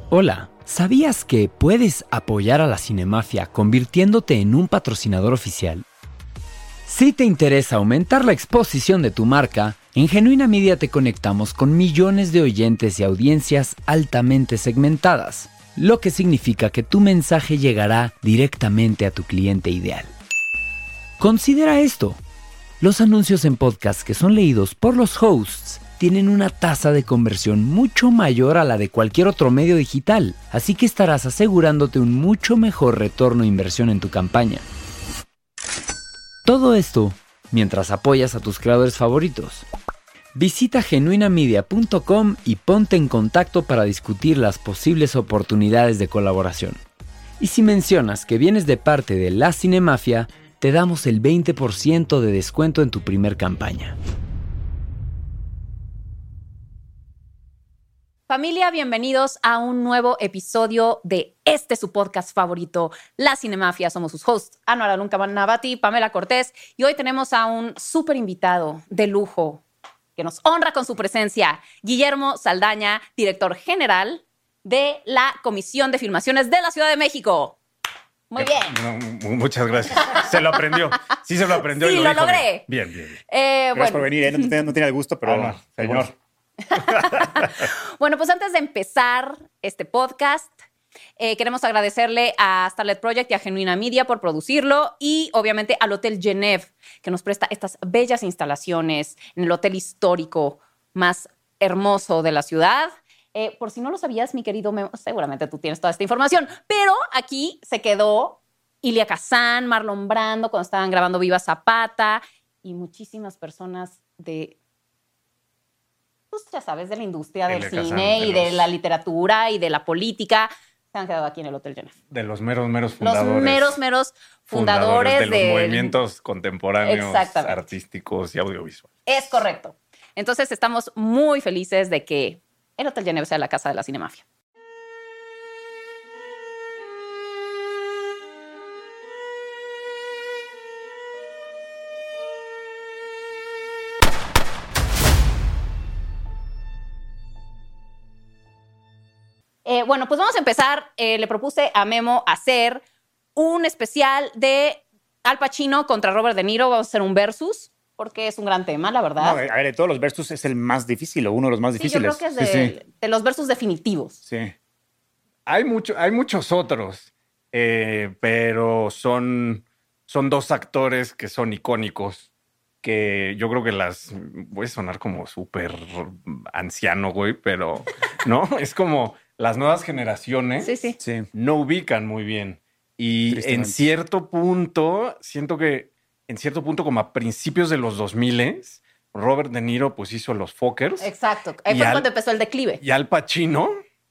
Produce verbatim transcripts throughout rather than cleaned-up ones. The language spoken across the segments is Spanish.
Hola, ¿sabías que puedes apoyar a la Cinemafia convirtiéndote en un patrocinador oficial? Si te interesa aumentar la exposición de tu marca, en Genuina Media te conectamos con millones de oyentes y audiencias altamente segmentadas, lo que significa que tu mensaje llegará directamente a tu cliente ideal. Considera esto: los anuncios en podcast que son leídos por los hosts tienen una tasa de conversión mucho mayor a la de cualquier otro medio digital, así que estarás asegurándote un mucho mejor retorno de inversión en tu campaña. Todo esto mientras apoyas a tus creadores favoritos. Visita genuina media punto com y ponte en contacto para discutir las posibles oportunidades de colaboración. Y si mencionas que vienes de parte de la Cinemafia, te damos el veinte por ciento de descuento en tu primer campaña. Familia, bienvenidos a un nuevo episodio de este su podcast favorito, La Cinemafia. Somos sus hosts, Anuar Alunca Navati, Pamela Cortés, y hoy tenemos a un súper invitado de lujo que nos honra con su presencia, Guillermo Saldaña, director general de la Comisión de Filmaciones de la Ciudad de México. Muy bien. No, muchas gracias. Se lo aprendió. Sí se lo aprendió. Sí, y lo, lo dijo logré. Bien, bien. bien. Eh, Gracias bueno. por venir. ¿eh? No, tenía, no tenía el gusto, pero Ah, no, señor. Bueno, pues antes de empezar este podcast, eh, queremos agradecerle a Starlet Project y a Genuina Media por producirlo y obviamente al Hotel Genève, que nos presta estas bellas instalaciones en el hotel histórico más hermoso de la ciudad. Eh, por si no lo sabías, mi querido Memo, seguramente tú tienes toda esta información, pero aquí se quedó Ilia Kazan, Marlon Brando, cuando estaban grabando Viva Zapata, y muchísimas personas de, pues ya sabes, de la industria del Ilia cine Kazan, y de de los- la literatura y de la política, se han quedado aquí en el Hotel Genève. De los meros, meros fundadores. Los meros, meros fundadores, de los del- movimientos contemporáneos, Exactamente. artísticos y audiovisuales. Es correcto. Entonces estamos muy felices de que el Hotel Genève sea la casa de la Cinemafia. Eh, bueno, pues vamos a empezar. Eh, le propuse a Memo hacer un especial de Al Pacino contra Robert De Niro. Vamos a hacer un versus, porque es un gran tema, la verdad. No, a ver, de todos los versus es el más difícil o uno de los más Sí, yo difíciles. creo que es Sí, de, sí. de los versus definitivos. Sí. Hay, mucho, hay muchos otros, eh, pero son, son dos actores que son icónicos, que yo creo que las... Voy a sonar como súper anciano, güey, pero no, es como las nuevas generaciones Sí, sí. Sí. no ubican muy bien. Y en Tristemente. cierto punto, siento que en cierto punto, como a principios de los dos mil, Robert De Niro pues hizo Los Fockers. Exacto. Ahí Y fue Al- cuando empezó el declive. Y Al Pacino...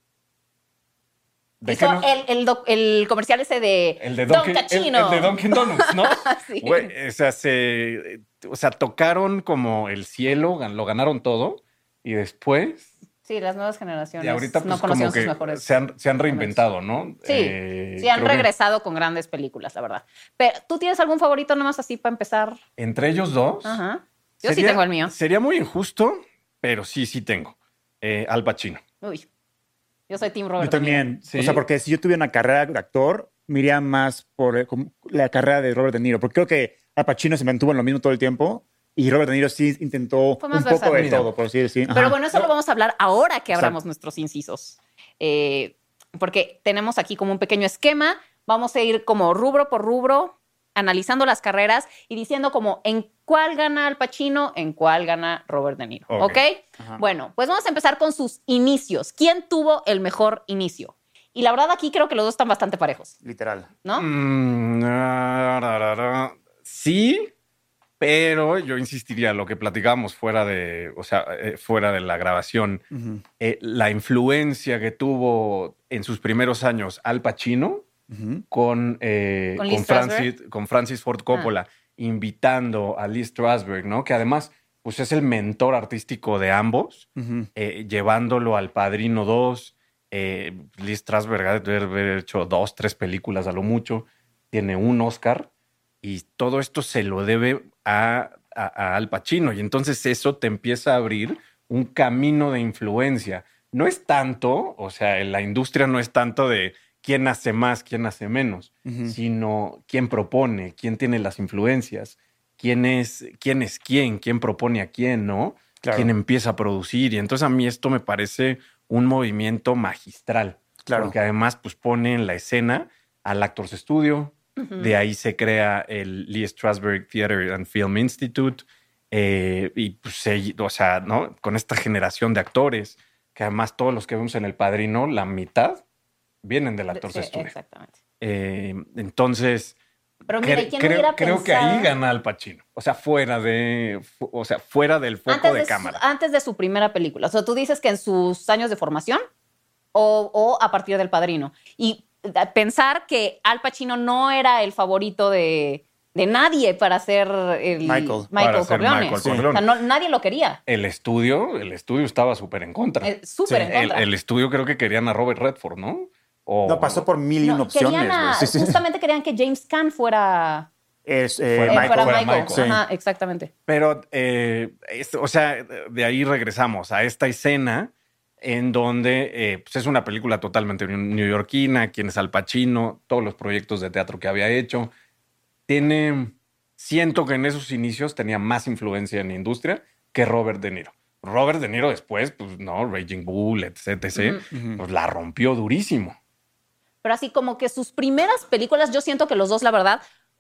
¿de qué Hizo no? el, el, doc- el comercial ese de, El de Don Dunkin', el, Cachino. el de Dunkin' Donuts, ¿no? Sí. Güey, o sea, se, o sea, tocaron como el cielo, gan- lo ganaron todo y después, Sí, las nuevas generaciones y ahorita no pues conocieron como sus que mejores. se han, se han reinventado, ¿no? Sí, Eh, sí, han creo que regresado con grandes películas, la verdad. Pero, ¿tú tienes algún favorito nomás así para empezar? Entre ellos dos. Ajá. Yo sí sería- tengo el mío. Sería muy injusto, pero sí, sí tengo. Eh, Al Pacino. Uy, yo soy Team Robert. Yo también. Sí. O sea, porque si yo tuviera una carrera de actor, me iría más por eh, como la carrera de Robert De Niro. Porque creo que Al Pacino se mantuvo en lo mismo todo el tiempo y Robert De Niro sí intentó Fue un más poco de versátil. todo, por así decir. Pero Ajá. bueno, eso lo vamos a hablar ahora que abramos Exacto. nuestros incisos. Eh, porque tenemos aquí como un pequeño esquema. Vamos a ir como rubro por rubro, analizando las carreras y diciendo como en cuál gana Al Pacino, en cuál gana Robert De Niro. ¿Ok? Ok. Ajá. Bueno, pues vamos a empezar con sus inicios. ¿Quién tuvo el mejor inicio? Y la verdad aquí creo que los dos están bastante parejos, Literal. ¿no? Mm, ra, ra, ra, ra. Sí, pero yo insistiría, lo que platicábamos fuera de, o sea, eh, fuera de la grabación, Ujú. eh, la influencia que tuvo en sus primeros años Al Pacino Ujú. con, eh, ¿Con con, Lee Strasberg? Francis, con Francis Ford Coppola, invitando a Lee Strasberg, ¿no? Que además, pues es el mentor artístico de ambos, Ujú. eh, llevándolo al Padrino dos. Eh, Lee Strasberg ha de haber hecho dos, tres películas a lo mucho. Tiene un Oscar y todo esto se lo debe a, a- a Al Pacino. Y entonces eso te empieza a abrir un camino de influencia. no es tanto, o sea, la industria no es tanto de quién hace más, quién hace menos, Ujú. sino quién propone, quién tiene las influencias, quién es quién, es quién, quién propone a quién, ¿no? Claro. Quién empieza a producir. Y entonces a mí esto me parece un movimiento magistral. Claro. Porque además pues pone en la escena al Actors Studio. Ujú. De ahí se crea el Lee Strasberg Theatre and Film Institute. Eh, y pues, se- o sea, ¿no? Con esta generación de actores, que además todos los que vemos en El Padrino, la mitad vienen del Actors Sí, Studio. exactamente. Eh, entonces, Pero mira, cre- ¿y quién creo, hubiera creo que pensado? ahí gana Al Pacino. O sea, fuera de, fu- o sea, fuera del foco Antes de, de, su, cámara. antes de su primera película. O sea, tú dices que en sus años de formación o, o a partir del Padrino. Y eh, pensar que Al Pacino no era el favorito de, de nadie para ser el Michael. Para ser Corleone. Michael O sea, Corleone. no- nadie lo quería. El estudio, el estudio estaba súper en contra. Eh, Súper Sí, en el, contra. el estudio creo que querían a Robert Redford, ¿no? O- No, pasó por mil y No, una opciones. querían a- güey. Sí, sí. Justamente querían que James Caan fuera, Es, eh, eh, Fuera Michael. fuera fuera Michael. Michael. Ajá, exactamente. Pero, eh, es- o sea, de ahí regresamos a esta escena en donde eh, pues es una película totalmente neoyorquina, quién es Al Pacino, todos los proyectos de teatro que había hecho. Tiene, siento que en esos inicios tenía más influencia en la industria que Robert De Niro. Robert De Niro después, pues no, Raging Bull, etcétera, Ujú. pues la rompió durísimo. Pero así como que sus primeras películas, yo siento que los dos, la verdad,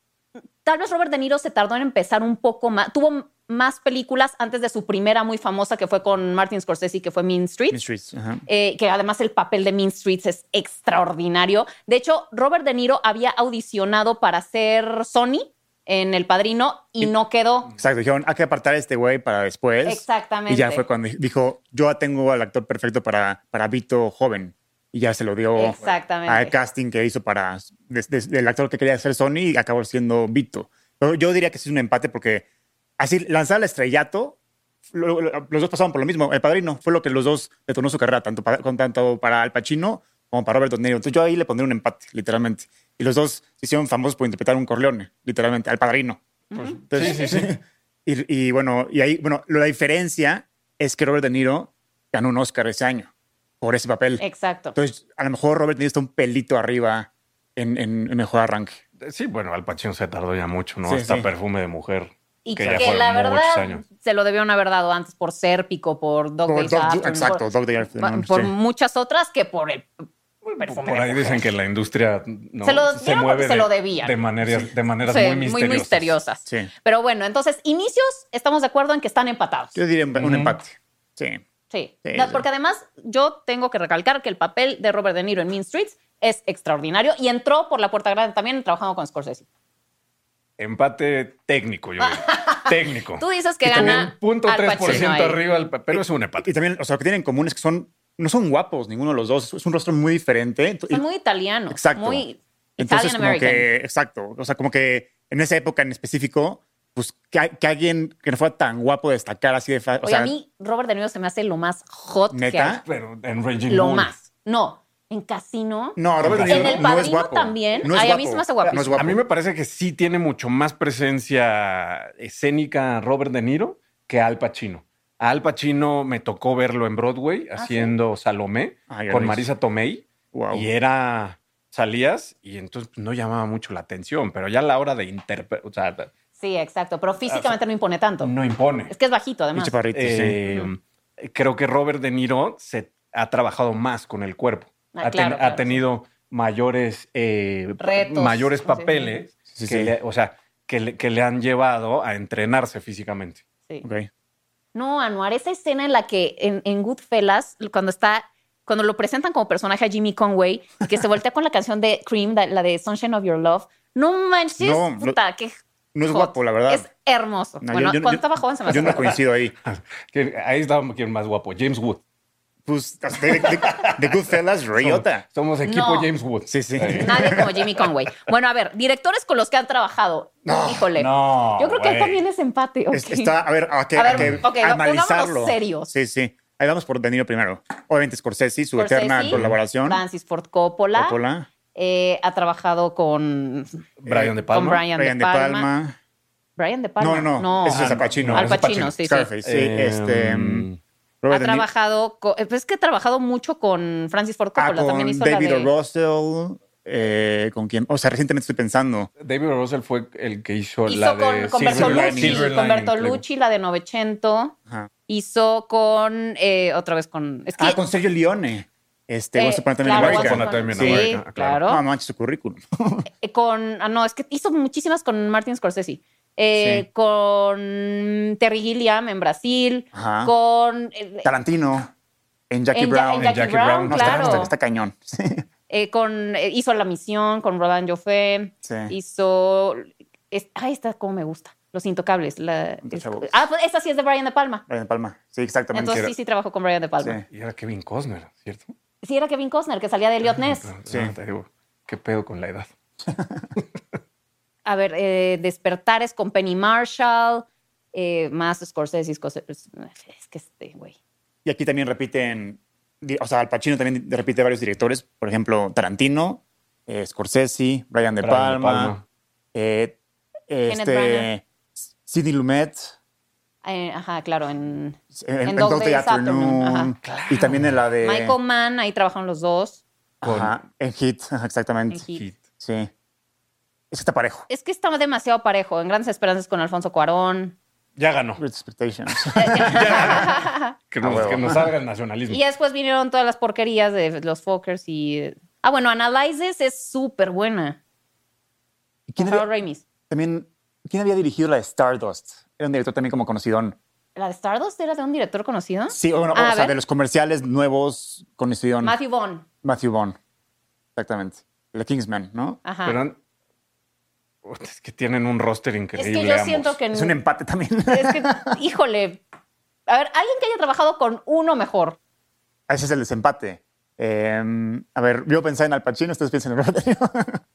tal vez Robert De Niro se tardó en empezar un poco más. Tuvo más películas antes de su primera muy famosa, que fue con Martin Scorsese, que fue Mean Streets. Mean Streets, ajá. Eh, que además el papel de Mean Streets es extraordinario. De hecho, Robert De Niro había audicionado para ser Sonny en El Padrino y no quedó. Exacto, dijeron, hay que apartar a este güey para después. Exactamente. Y ya fue cuando dijo, yo ya tengo al actor perfecto para, para Vito joven. Y ya se lo dio Exactamente. al casting que hizo para des- des- del actor que quería ser Sony y acabó siendo Vito. Pero yo diría que sí es un empate porque así lanzar el estrellato, lo- lo- los dos pasaron por lo mismo. El Padrino fue lo que los dos detonó su carrera, tanto para, con- tanto para Al Pacino como para Robert De Niro. Entonces yo ahí le pondría un empate, literalmente. Y los dos se hicieron famosos por interpretar un Corleone, literalmente, al Padrino. Entonces, Sí, sí, sí. Y, y bueno, y ahí, bueno, la diferencia es que Robert De Niro ganó un Oscar ese año por ese papel. Exacto. Entonces, a lo mejor Robert De Niro está un pelito arriba en, en, en mejor arranque. Sí, bueno, Al Pacino se tardó ya mucho, ¿no? Sí, Hasta sí. Perfume de Mujer. Y que que, ya fueron la muchos verdad años. se lo debieron haber dado antes por Sérpico, por Dog Por Days Dog- Afternoon, exacto, por, Dog Days Afternoon, por sí. muchas otras que por el perfume Por de ahí mujer. dicen que la industria no, Se lo dieron porque se lo debían. de maneras, de maneras Sí, muy misteriosas. muy misteriosas. Sí. Pero bueno, entonces, inicios, estamos de acuerdo en que están empatados. Yo diría un, un Ujú. empate. Sí. Sí. Sí, No, sí. porque además yo tengo que recalcar que el papel de Robert De Niro en Mean Streets es extraordinario y entró por la puerta grande también trabajando con Scorsese. Empate técnico, yo digo. técnico. Tú dices que Y también gana un punto Al tres por ciento Pacino ahí. arriba, al pa- pero es un Y empate. también, o sea, lo que tienen en común es que son, no son guapos ninguno de los dos. Es un rostro muy diferente. Son muy italianos. Exacto. Muy Entonces, Italian como American. que, exacto. O sea, como que en esa época en específico, pues que, que alguien que no fuera tan guapo destacar así de fácil. O Oye, sea, a mí Robert De Niro se me hace lo más hot que ¿neta? hay. Pero en Raging Lo Bull. más. No, en Casino. no, Robert De Niro En El no es Padrino guapo. también. No es Ay, a mí guapo. se me hace guapísimo. No es guapo. A mí me parece que sí tiene mucho más presencia escénica Robert De Niro que Al Pacino. A Al Pacino me tocó verlo en Broadway haciendo Salomé Ah, ya con ves. Marisa Tomei. Wow. Y era, salías y entonces pues, no llamaba mucho la atención, pero ya a la hora de interpretar, o sea, Sí, exacto. Pero físicamente no impone tanto. no impone. Es que es bajito, Y además. chaparrito, sí. Eh, Creo que Robert De Niro se ha trabajado más con el cuerpo. Ah, ha, ten- claro, ha claro, tenido mayores, eh, Retos. mayores Sí, papeles, sí. Sí, que sí. le- o sea, que le, que le han llevado a entrenarse físicamente. Sí. Ok. No, Anuar, esa escena en la que en, en Goodfellas, cuando está, cuando lo presentan como personaje a Jimmy Conway, y que se voltea con la canción de Cream, la la de Sunshine of Your Love, no manches, No, lo- puta, qué no es hot. guapo, la verdad. Es hermoso. No, bueno, yo- yo- cuando yo- estaba joven se me hace Yo no guapo. coincido ahí. Que ahí está quien más guapo, James Wood. Pues, de, de, de Goodfellas, Rayota. Somos equipo No. James Wood. Sí, sí. Eh, Nadie como Jimmy Conway. Bueno, a ver, directores con los que han trabajado. No, Híjole. no, Yo creo que ahí güey. también es empate. ok. Es- Está, a ver, a que, A ver, a que ok, no, analizarlo. pongámonos serios. Sí, sí. Ahí vamos por De Niro primero. Obviamente Scorsese, su Scorsese, eterna colaboración. Francis Ford Coppola. Coppola, Eh, ha trabajado con Brian De Palma. Con Brian, Brian De Palma. Brian De Palma. No, no, no. Ese es Al Pacino. Al ese es Al Pacino, Pacino. sí, sí. Scarface, sí. Eh, este, mm, Robert ha De Niro. trabajado, con, pues es que ha trabajado mucho con Francis Ford Ah, Coppola. con También hizo David la de... O. Russell. Eh, ¿Con quién? O sea, recientemente estoy pensando. David O. Russell fue el que hizo, Hizo la con, de con Silver Bertolucci, Lining. Silver con Lining, Bertolucci, la de Novecento. Ajá. Hizo con, eh, otra vez con... Es que, Ah, con Sergio Leone. Este, eh, Once Upon a Time in claro, America. Once Upon a Time in Sí. America, claro. No, no manches su currículum. Eh, con, ah, no, es que hizo muchísimas con Martin Scorsese. Eh, Sí. Con Terry Gilliam en Brasil. Ajá. Con... eh, Tarantino. En Jackie en, Ja- Brown. en Jackie, Jackie Brown, Brown, No, está- claro. está, está cañón. Sí. Eh, con, eh, hizo La Misión con Roland Joffé. Sí. Hizo... Es, ay, esta como me gusta. Los Intocables. La, es- Untouchables. ah, pues esta sí es de Brian De Palma. Brian De Palma. Sí, exactamente. Entonces era- sí, sí trabajó con Brian De Palma. Sí. Y era Kevin Costner, ¿cierto? Sí, era Kevin Costner, que salía de Elliot Ness. Sí. Ah, te digo, qué pedo con la edad. A ver, eh, Despertares con Penny Marshall. Eh, más Scorsese. Scorsese. Es que este, güey. Y aquí también repiten, di- o sea, Al Pacino también repite varios directores. Por ejemplo, Tarantino, eh, Scorsese, Brian De Brian De Palma, Palma. eh, Kenneth Branagh. este, Sidney Lumet, Eh, ajá, claro, en en, En en Dog Dog Day Days Afternoon, Afternoon, ajá. y también en la de... Michael Mann, ahí trabajaron los dos. Ajá, en Hit, ajá, exactamente. En Hit. Hit. Sí. Es que está parejo. Es que está demasiado parejo. En Grandes Esperanzas con Alfonso Cuarón. Ya ganó. Great Expectations. Que Ah, nos, huevo. que nos salga el nacionalismo. Y después vinieron todas las porquerías de los Fockers y... Ah, bueno, Analyzes es súper buena. ¿Y Con ¿Quién Harold había, Ramis. también, ¿quién había dirigido la de Stardust? Era un director también como conocidón. ¿La de Stardust era de un director conocido? Sí, o, bueno, Ah, o a sea, ver. de los comerciales nuevos conocidón. Matthew Vaughn. Matthew Vaughn. Exactamente. The Kingsman, ¿no? Ajá. Pero es que tienen un roster Es increíble. que yo ambos. siento que... Es un empate también. Es que, híjole. A ver, alguien que haya trabajado con uno mejor. Ese es el desempate. Eh, a ver, yo pensaba en Al Pacino, ustedes piensan en Robert De Niro.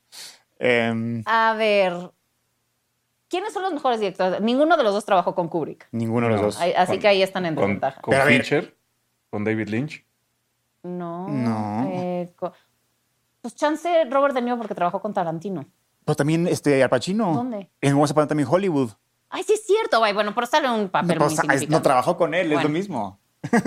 Eh, A ver. ¿Quiénes son los mejores directores? Ninguno de los dos trabajó con Kubrick. ninguno de los No. dos. Ahí- Así Con- que ahí están en Con, desventaja. con Pero a ver. Fincher, con David Lynch. No. No. eh, co- pues chance Robert De Niro porque trabajó con Tarantino. Pero también este, Al Pacino. ¿Dónde? En Once Upon a Time in Hollywood. Ay, sí es cierto, güey. Bueno, pero sale un No, papel pero, muy o sea, es- insignificante. no trabajó con él, es Bueno. lo mismo.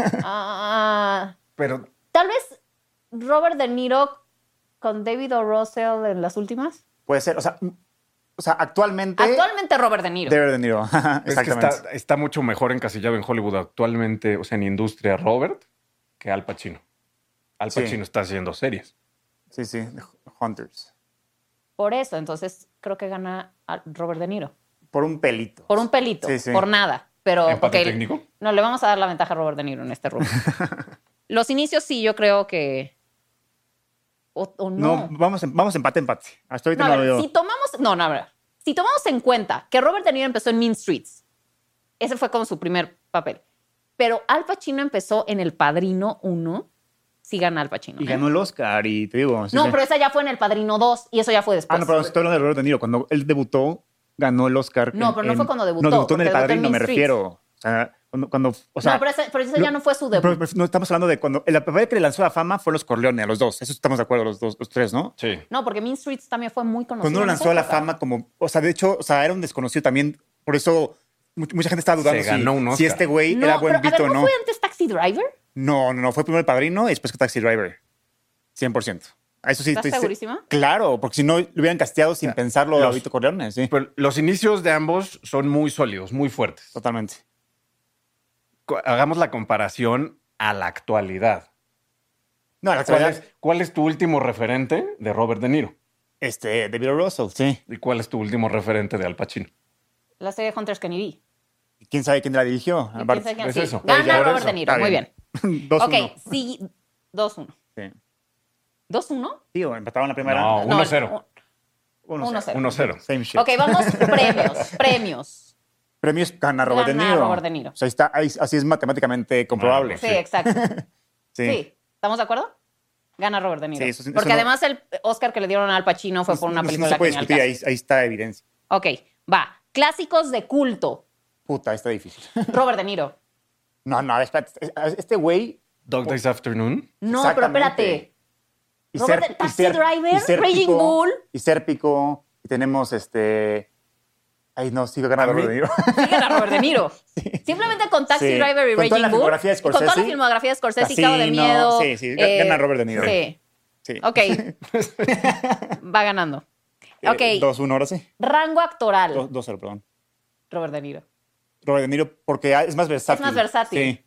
Ah, Pero tal vez Robert De Niro con David O. Russell en las últimas. Puede ser, o sea, m- o sea actualmente. Actualmente Robert De Niro. Robert De Niro. es que Exactamente. está, está mucho mejor encasillado en Hollywood actualmente, o sea, en industria Robert, que Al Pacino. Al Sí. Pacino está haciendo series. Sí, sí, The Hunters. Por eso, entonces creo que gana a Robert De Niro. Por un pelito. Por un pelito, Sí, sí. por nada. Pero, ¿Empate ok, técnico? no, le vamos a dar la ventaja a Robert De Niro en este rubro. Los inicios sí, yo creo que... O, o No, no. vamos, en- vamos empate, empate. Hasta ahorita No, no, a ver, lo veo. si tomamos... No, no, a ver. Si tomamos en cuenta que Robert De Niro empezó en Mean Streets, ese fue como su primer papel. Pero Al Pacino empezó en El Padrino uno, sí gana Al Pacino. Y ¿eh? ganó el Oscar, y te digo. sí, No, sí. pero esa ya fue en El Padrino dos y eso ya fue después. Ah, no, pero estoy hablando de Robert De Niro. Cuando él debutó, ganó el Oscar. No, en- pero no en- fue cuando debutó, No, debutó en porque El debutó en Padrino, me Mean Streets. refiero. O sea, cuando, cuando o sea, no, pero ese, pero ese lo- ya no fue su debut. pero- pero no estamos hablando de cuando. El papel que le lanzó la fama fue Los Corleone, a los dos. Eso estamos de acuerdo, los dos, los tres, ¿no? Sí. No, porque Mean Streets también fue muy conocido. Cuando lo en esa lanzó a la época. fama, como. O sea, de hecho, o sea, era un desconocido también. Por eso mu- mucha gente estaba dudando Se ganó si, un Oscar. si este güey No, era buen pero, a ver, vito o ¿no no. fue antes Taxi Driver? No, no, no. Fue primero El Padrino y después que Taxi Driver. cien por ciento. A eso sí ¿Estás estoy- segurísimo? Claro, porque si no lo hubieran casteado sin pensarlo a los- Vito Corleone, sí. Pero los inicios de ambos son muy sólidos, muy fuertes. Totalmente. Co- Hagamos la comparación a la actualidad. No, la ¿Cuál actualidad, es, cuál es tu último referente de Robert De Niro? este, David O. Russell, sí. ¿Y cuál es tu último referente de Al Pacino? La serie Hunters Kennedy. ¿Y quién sabe quién la dirigió? ¿Y Aparte. quién sabe quién? es Sí, eso. Gana Por Robert eso. De Niro, Está muy bien. bien. dos uno. Ok, sí, dos uno. Sí. ¿dos uno? Tío, empataban la primera. No, uno cero. uno uno cero. uno cero. Same shit. Ok, vamos, premios, premios. Premios gana Robert Gana De Niro. Robert De Niro. O sea, ahí está, ahí- así es matemáticamente comprobable. Sí, Sí. exacto. Sí. Sí. ¿Estamos de acuerdo? Gana Robert De Niro. Sí, eso sí- Porque eso no- además el Oscar que le dieron a Al Pacino fue por una No- no película se que puede ni al discutir, caso. ahí, ahí está evidencia. Ok, va. Clásicos de culto. Puta, está difícil. Robert De Niro. No, no, espérate. Este güey. Dog Days Afternoon. No, pero Exactamente. espérate. y Robert- y Taxi Driver, y Sérpico, Raging Bull. Y Sérpico. Y tenemos este. Ay, no, sí, gana A Robert mí- De Niro. Sí, gana Robert De Niro. Simplemente con Taxi Sí. Driver y Con toda la Raging Bull. filmografía de y con toda la Scorsese. filmografía de Scorsese y Cabo de Casino, Miedo. sí, sí, gana Robert De Niro. Sí. Sí. Ok. Va ganando. Eh, Ok. dos uno ahora sí. Rango actoral. dos dos cero, perdón. Robert De Niro. Robert De Niro porque es más versátil. Es más versátil. Sí.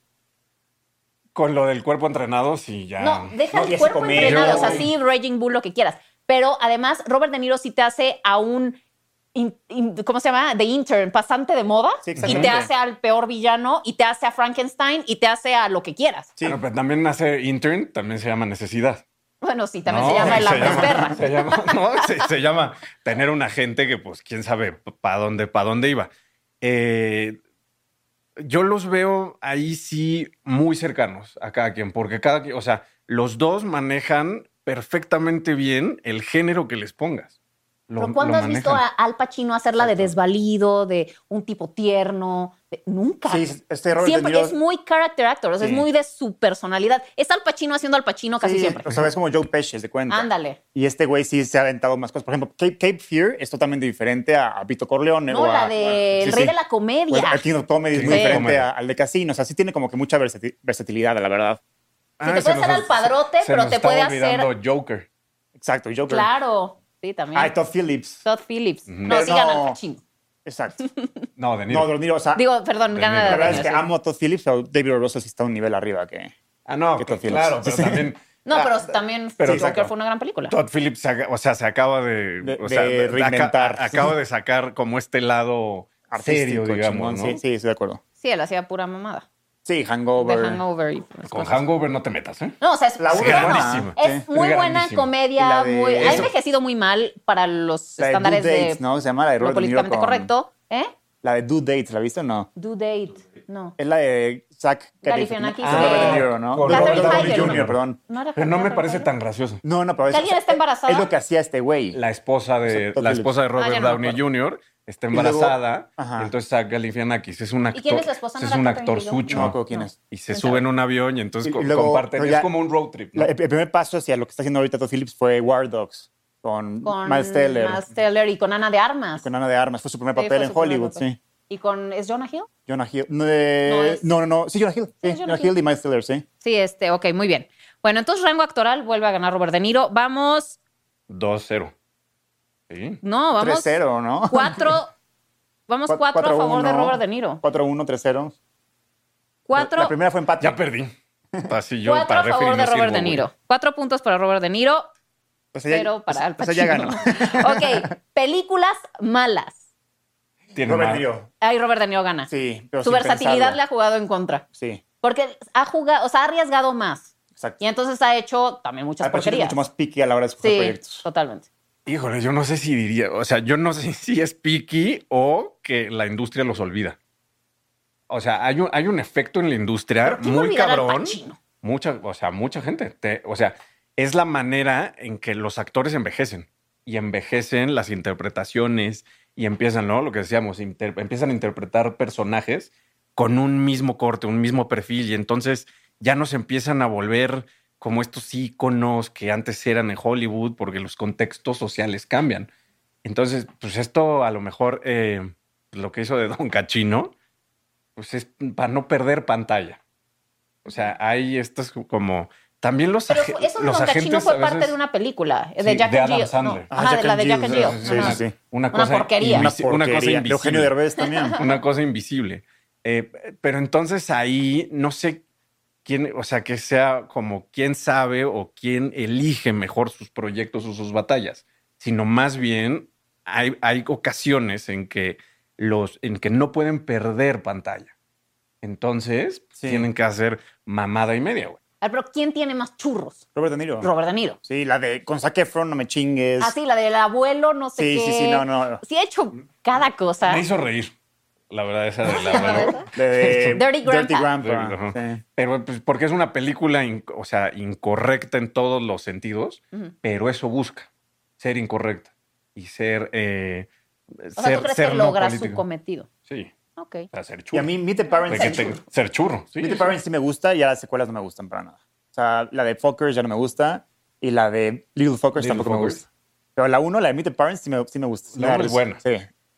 Con lo del cuerpo entrenado, sí, ya. No, deja No, el y ese cuerpo comedia. entrenado. O sea, sí, Raging Bull, lo que quieras. Pero además, Robert De Niro sí te hace a un... in- in- ¿Cómo se llama? The Intern, pasante de moda. Sí, y exactamente. te hace al peor villano, y te hace a Frankenstein, y te hace a lo que quieras. Sí. Pero, pero también hace intern, también se llama necesidad. Bueno, sí, también No, se llama el hambre es llama- perra. Se llama, no, se, se llama tener un agente que, pues, quién sabe para dónde, pa dónde iba. Eh, yo los veo ahí sí muy cercanos a cada quien, porque cada quien, o sea, los dos manejan perfectamente bien el género que les pongas. Lo- ¿Pero cuándo lo has visto a manejan. Al Pacino hacerla de desvalido, de un tipo tierno? De- Nunca. Sí, este Robert Siempre De Niro. es muy character actor, o sea, Sí. es muy de su personalidad. Es Al Pacino haciendo Al Pacino casi Sí, siempre. O sea, es como Joe Pesci, de cuenta. Ándale. Y este güey sí se ha aventado más cosas. Por ejemplo, Cape, Cape Fear es totalmente diferente a, a Vito Corleone. No, o a, la de sí, El Rey sí. de la O Comedia. el King of Comedy es Sí. muy Sí. diferente a- al de Casino. O sea, sí tiene como que mucha versati- versatilidad, la verdad. Sí, te se puede nos- hacer al padrote, se pero nos te estaba puede hacer- olvidando Joker. Exacto. Joker. Claro. Sí, también. Ah, y Todd Phillips. Todd Phillips. No, Pero sí gana no. Al Pacino. Exacto. No, De Niro. No, De Niro, o sea, Digo, perdón, De gana Niro. de la verdad es que sí. amo a Todd Phillips, pero David O. Russell sí está un nivel arriba que... Ah, no, que Todd Phillips. claro, pero Sí, sí. también... No, Ah, pero también pero Joker exacto. fue una gran película. Todd Phillips, se ac- o sea, se acaba de, De- o sea, de de- reinventar. aca- acaba de sacar como este lado serio, artístico, digamos, chingón. ¿no? Sí, sí, estoy de acuerdo. Sí, él hacía pura mamada. Sí, De Hangover. Hangover y esas Con cosas. Hangover no te metas, ¿eh? No, o sea, es, La es uno es bueno. buenísima. Es Sí. muy Es buena grandísima. comedia. Y la de- muy, ha Eso- envejecido muy mal para los La de estándares Due Dates, de ¿no? Se llama la de lo Robert De Niro políticamente con- correcto. ¿Eh? La de Due Dates, ¿la viste o no? Due Date. No. Es la de Zach Galifianakis, Ah, Robert eh, De Niro, ¿no? con Robert Catherine Downey Heigl. junior, perdón. No, era Pero no me Catherine parece Heigl. tan gracioso. No, no, pero ¿Que alguien está embarazada? Es lo que hacía este güey. La esposa de, Todd la Phillips. esposa de Ah, Robert ya no me Downey acuerdo. junior está Y luego- embarazada. Ajá. Y entonces Zach Galifianakis es un actor. quién es la esposa? ¿No Es era un Catherine actor Heigl? sucho. No me acuerdo quién No. es. Y se ¿Quién sube sabe? en un avión y entonces Y- y co- luego, comparten. pero Es ya- como un road trip, ¿no? La- el el primer paso hacia lo que está haciendo ahorita Todd Phillips fue War Dogs con, Con Miles Teller, Miles Teller y con Ana de Armas. con Ana de Armas. Fue su primer Sí, papel fue en su primer Hollywood, papel. sí. ¿Y con. ¿Es Jonah Hill? Jonah Hill. No, eh, No, es- no, no, no. Sí, Jonah Hill. Sí, Sí, es Jonah Jonah Hill Hill. y Miles Teller, sí. Sí, este, ok, muy bien. Bueno, entonces rango actoral vuelve a ganar Robert De Niro. Vamos. dos cero. Sí. No, vamos. tres cero, ¿no? Cuatro. Vamos Cu- cuatro a favor de uno. Robert De Niro. cuatro uno, tres cero. Cuatro. La primera fue empate. Ya perdí. Así yo Cuatro para a favor referir de no Robert sirvo, De güey. Niro. Cuatro puntos para Robert De Niro, O sea, ya- cero para Al o sea, Pacino. ya ganó. Ok, películas malas. Tiene Robert más- De Niro. Ahí Robert De Niro gana. Sí, pero Su sin versatilidad pensarlo. le ha jugado en contra. Sí, Porque ha jugado, o sea, ha arriesgado más. exacto. Y entonces ha hecho también muchas Al Pacino es porquerías. mucho más picky a la hora de escoger Sí, proyectos. totalmente. Híjole, yo no sé si diría, o sea, yo no sé si es picky o que la industria los olvida. O sea, hay un, hay un efecto en la industria ¿Pero quién va a muy olvidar al cabrón. Pacino? Mucha, o sea, mucha gente. Te- o sea, es la manera en que los actores envejecen y envejecen las interpretaciones y empiezan, ¿no? Lo que decíamos, inter- empiezan a interpretar personajes con un mismo corte, un mismo perfil y entonces ya no se empiezan a volver como estos íconos que antes eran en Hollywood porque los contextos sociales cambian. Entonces, pues esto a lo mejor eh, lo que hizo de Don Cachino, pues es para no perder pantalla. O sea, hay estos como... También los, Pero ag- fue- eso de los Don Cachino agentes fue a parte veces- de una película, de Sí, Jack de and Adam Jill. Sandler. No, Ah, ajá, Jack de la and de Jack Jill, and Jill. sí, sí, Ajá. sí. Una Una cosa porquería. Una invisi- una cosa porquería. invisible. Eugenio Derbez también. Una cosa invisible. Eh, pero entonces ahí no sé quién, o sea, que sea como quién sabe o quién elige mejor sus proyectos o sus batallas, sino más bien hay, hay ocasiones en que los, en que no pueden perder pantalla. Entonces Sí. tienen que hacer mamada y media, güey. Ah, pero ¿quién tiene más churros? Robert De Niro. Robert De Niro. Sí, la de con Zac Efron, no me chingues. Ah, sí, la del abuelo, no sé Sí, qué. sí, sí, no, no. Sí ha hecho cada cosa. Me hizo reír, la verdad, esa de ¿Cómo se la llama abuela. esa? De Dirty Grandpa. Grandpa. Ajá. Sí. Pero pues, porque es una película, in- o sea, incorrecta en todos los sentidos, Ujú. pero eso busca, ser incorrecta y ser... eh, O sea, ser, ¿tú crees ser que no logra su político. cometido? Sí, Ok. o sea, ser Y churro. a mí Meet the Parents, De que te- ser churro, sí. Meet the sí. Parents sí me gusta y a las secuelas no me gustan para nada. O sea, la de Fuckers ya no me gusta y la de Little Fuckers Little tampoco Fuckers. me gusta. Pero la uno, la de Meet the Parents sí me, sí me gusta. Sí La me da uno es risa. buena. Sí.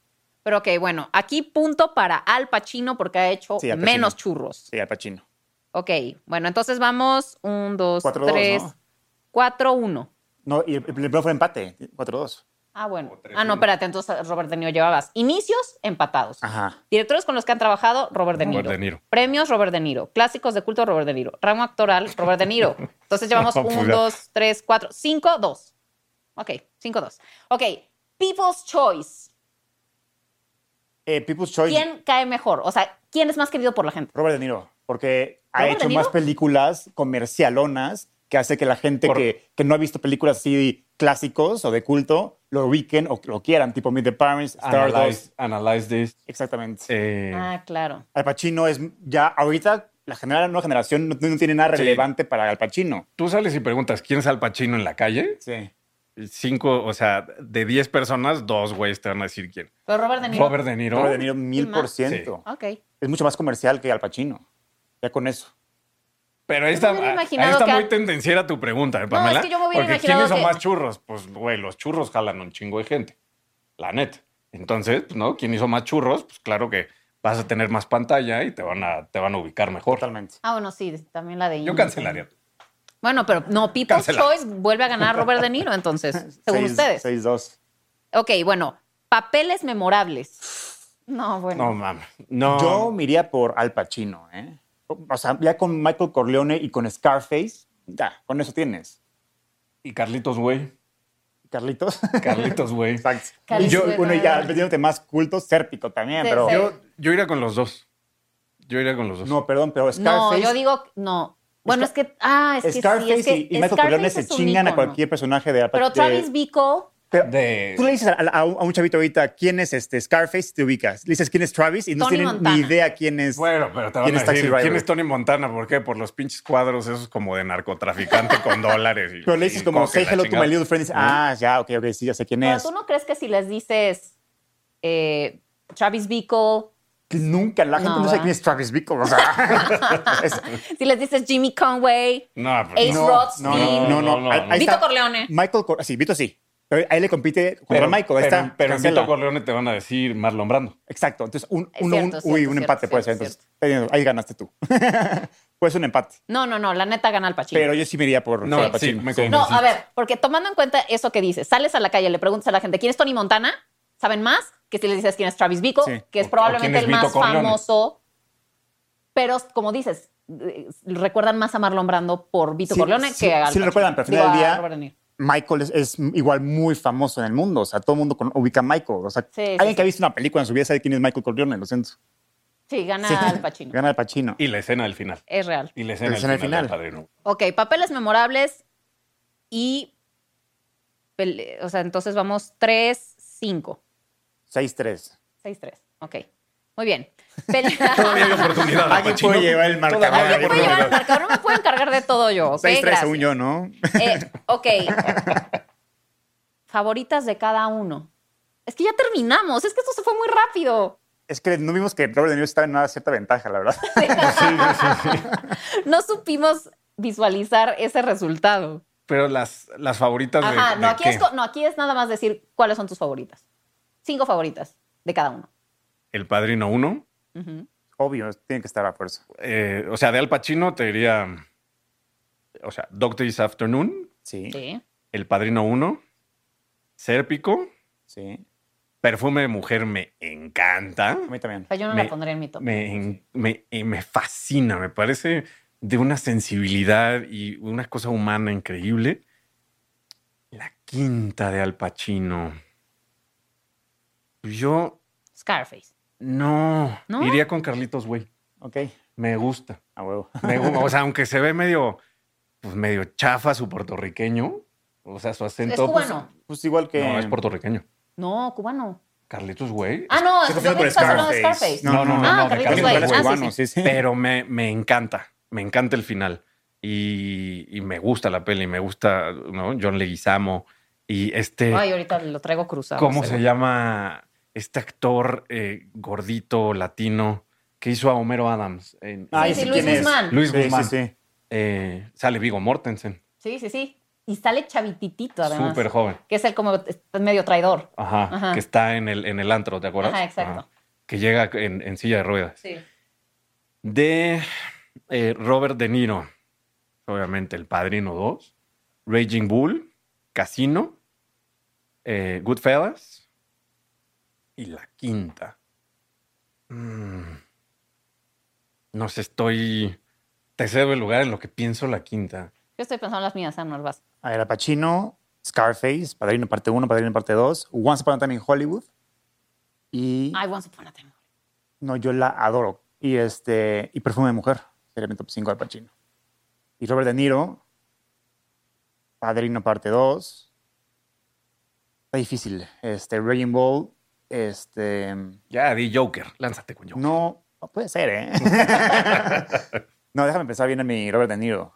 Pero ok, bueno, aquí punto para Al Pacino porque ha hecho Sí, Al Pacino. menos churros. Sí, Al Pacino. Ok, bueno, entonces vamos un, dos, Cuatro, dos, tres, ¿no? cuatro, uno. No, y el, el primero fue empate, cuatro dos. Ah, bueno. O tres, Ah, no, uno. espérate, entonces Robert De Niro llevabas. Inicios, empatados. Ajá. Directores con los que han trabajado, Robert De Niro. Robert De Niro. Premios, Robert De Niro. Clásicos de culto, Robert De Niro. Rango actoral, Robert De Niro. Entonces llevamos No, pues un, ya. dos, tres, cuatro, cinco, dos. Ok, cinco, dos. Ok, People's Choice. Eh, People's Choice, ¿Quién cae mejor? O sea, ¿quién es más querido por la gente? Robert De Niro, porque ha ¿Robert De hecho Niro? más películas comercialonas que hace que la gente Por- que, que no ha visto películas así clásicos o de culto lo ubiquen o lo quieran, tipo Meet the Parents, Stardust. Analyze, analyze this. Exactamente. Eh, Ah, claro. Al Pacino es ya, ahorita, la, genera- nueva generación no, no tiene nada Sí. relevante para Al Pacino. Tú sales y preguntas, ¿quién es Al Pacino en la calle? Sí. Cinco, o sea, de diez personas, dos güeyes te van a decir quién. Pero Robert De Niro. Robert De Niro. Robert De Niro, mil por más? ciento. Ok. Es mucho más comercial que Al Pacino. Ya con eso. Pero ahí Yo está, me hubiera ahí imaginado está que muy al- tendenciera tu pregunta, ¿eh, Pamela? es que yo me hubiera Porque imaginado ¿quién hizo que- más churros? Pues, güey, los churros jalan un chingo de gente. La neta. Entonces, pues, ¿no? ¿Quién hizo más churros? Pues claro que vas a tener más pantalla y te van a, te van a ubicar mejor. Totalmente. Ah, bueno, sí, también la de Yo Indy. cancelaría. Bueno, pero no, People's Cancela. Choice vuelve a ganar Robert De Niro, entonces, según Seis- ustedes. seis dos. Ok, bueno, papeles memorables. No, bueno. No, mames. No. Yo me iría por Al Pacino, ¿eh? O sea, ya con Michael Corleone y con Scarface, ya, con eso tienes. Y Carlitos, güey. Carlitos. Carlitos, güey. Exacto. Carlitos, Y yo, güey, bueno, y ya no. metiéndote más culto, Sérpico también, Sí, pero... sí. Yo, yo iría con los dos. Yo iría con los dos. No, perdón, pero no, Scarface... yo digo, no. Bueno, es que, ah, es que Scarface sí, es que y, y Michael Corleone Scarface se es un chingan a ícono. cualquier personaje de Al Pero Pacino. Travis Bickle, Pero De- tú le dices a, a un, a un chavito ahorita quién es este Scarface, te ubicas. Le dices quién es Travis y no Tony tienen Montana. ni idea quién es. Bueno, pero te van ¿Quién a es Taxi decir, Driver? ¿quién es Tony Montana? ¿Por qué? Por los pinches cuadros esos como de narcotraficante con dólares. Y, Pero le dices y como, coque, say la hello to chingada. my little friend. Y dices, ¿No? ah, ya, ok, ok, sí, ya sé quién pero es. tú no crees que si les dices eh, Travis Bickle, Que nunca, la gente No, no, sabe ¿verdad? quién es Travis Bickle. O sea, es- si les dices Jimmy Conway, No, pero Ace no. Rothstein, no, no, no. No, no, Ahí- no. ahí Vito está. Corleone. Michael, Cor- sí, Vito sí. Pero ahí le compite contra Pero, Michael. Ahí pero, está. pero en cancela. Vito Corleone te van a decir Marlon Brando. Exacto. Entonces, un, Es uno, cierto, un- es uy, cierto, un cierto, empate puede ser. cierto, Entonces, ahí ganaste tú. Puede ser un empate. No, no, no, la neta gana Al Pacino. Pero yo sí me iría por, No, por Al sí, Pacino. me Sí. convencí. No, a ver, porque tomando en cuenta eso que dices, sales a la calle, le preguntas a la gente quién es Tony Montana, saben más que si le dices quién es Travis Bickle, Sí. que es O- o probablemente quién es el más Vito Corleone. famoso. Pero como dices, eh, recuerdan más a Marlon Brando por Vito Sí, Corleone sí, que a sí lo recuerdan, pero al final del día, Michael es, es igual muy famoso en el mundo. O sea, todo el mundo con- ubica a Michael. O sea, Sí, sí, alguien sí. que ha visto una película en su vida sabe quién es Michael Corleone, lo siento. Sí, gana Sí. Al Pacino. Gana Al Pacino. Y la escena del final. Es real. Y la escena, La escena del final. del del Padrino. Ok, papeles memorables y... pele- O sea, entonces vamos tres cinco. seis tres. seis tres. Ok. Muy bien. Pele- Todavía hay oportunidad. Al Alguien Pacino. puede llevar el marcador. Todavía hay Alguien puede llevar el oportunidad. marcador, no me pueden cargar de todo yo, ¿ok? seis tres Gracias. según yo, ¿no? Eh, ok. Favoritas de cada uno. Es que ya terminamos. Es que esto se fue muy rápido. Es que no vimos que Robert De Niro estaba en una cierta ventaja, la verdad. No supimos visualizar ese resultado. Pero las, las favoritas de, Ajá, de no aquí, qué? es, co- no, aquí es nada más decir cuáles son tus favoritas. Cinco favoritas de cada uno. El Padrino uno. Ujú. Obvio, tiene que estar a fuerza. Eh, o sea, de Al Pacino te diría... O sea, Dog Days Afternoon. Sí, sí. Sí. El Padrino uno. Sérpico. Perfume de mujer me encanta. A mí también. Pues yo no Me- la pondré en mi top. Me, en- me, eh, me fascina, me parece de una sensibilidad y una cosa humana increíble. La quinta de Al Pacino. Yo Scarface. no, ¿No? iría con Carlitos, güey. Ok, Me gusta. a huevo. Me gu- o sea, aunque se ve medio, pues medio chafa su puertorriqueño. O sea, su acento. Es cubano. Pues igual que... Pues, no, es puertorriqueño. No, cubano. Carlitos, güey. Ah, no, Se yo confunde pensé por que estabas hablando de Scarface. Scarface. No, no, no, Ah, no, de Carlitos Carlitos Way. Way. Ah, sí, cubano, sí. sí, sí. Pero me, me encanta, me encanta el final. Y, y me gusta la peli, me gusta, ¿no? John Leguizamo. Y este, Ay, ahorita lo traigo cruzado. ¿cómo se seguro. llama este actor eh, gordito latino que hizo a Homero Adams? En- Ah, Sí, ya sí, sé Luis quién es. Guzmán. Luis Sí, Guzmán. sí, sí. Eh, sale Viggo Mortensen. Sí, sí, sí. Y sale chavititito, además. Súper joven. Que es el como es medio traidor. Ajá, Ajá. que está en el, en el antro, ¿te acuerdas? Ajá, exacto. Que llega en, en silla de ruedas. Sí. De eh, Robert De Niro, obviamente El Padrino dos, Raging Bull, Casino, eh, Goodfellas y la quinta. Mm. No sé, estoy... Te cedo el lugar en lo que pienso la quinta. Yo estoy pensando en las mías, Arnold, vas. A ver, Al Pacino, Scarface, Padrino parte uno, Padrino parte dos, Once Upon a Time in Hollywood. Y... Ay, Once Upon a Time. No, yo la adoro. Y, este, y Perfume de Mujer, sería mi top cinco de Al Pacino. Y Robert De Niro, Padrino parte dos. Está difícil. Este, Raging Bull, este... Ya di Joker, lánzate con Joker. No, no puede ser, ¿eh? No, déjame pensar bien en mi Robert De Niro.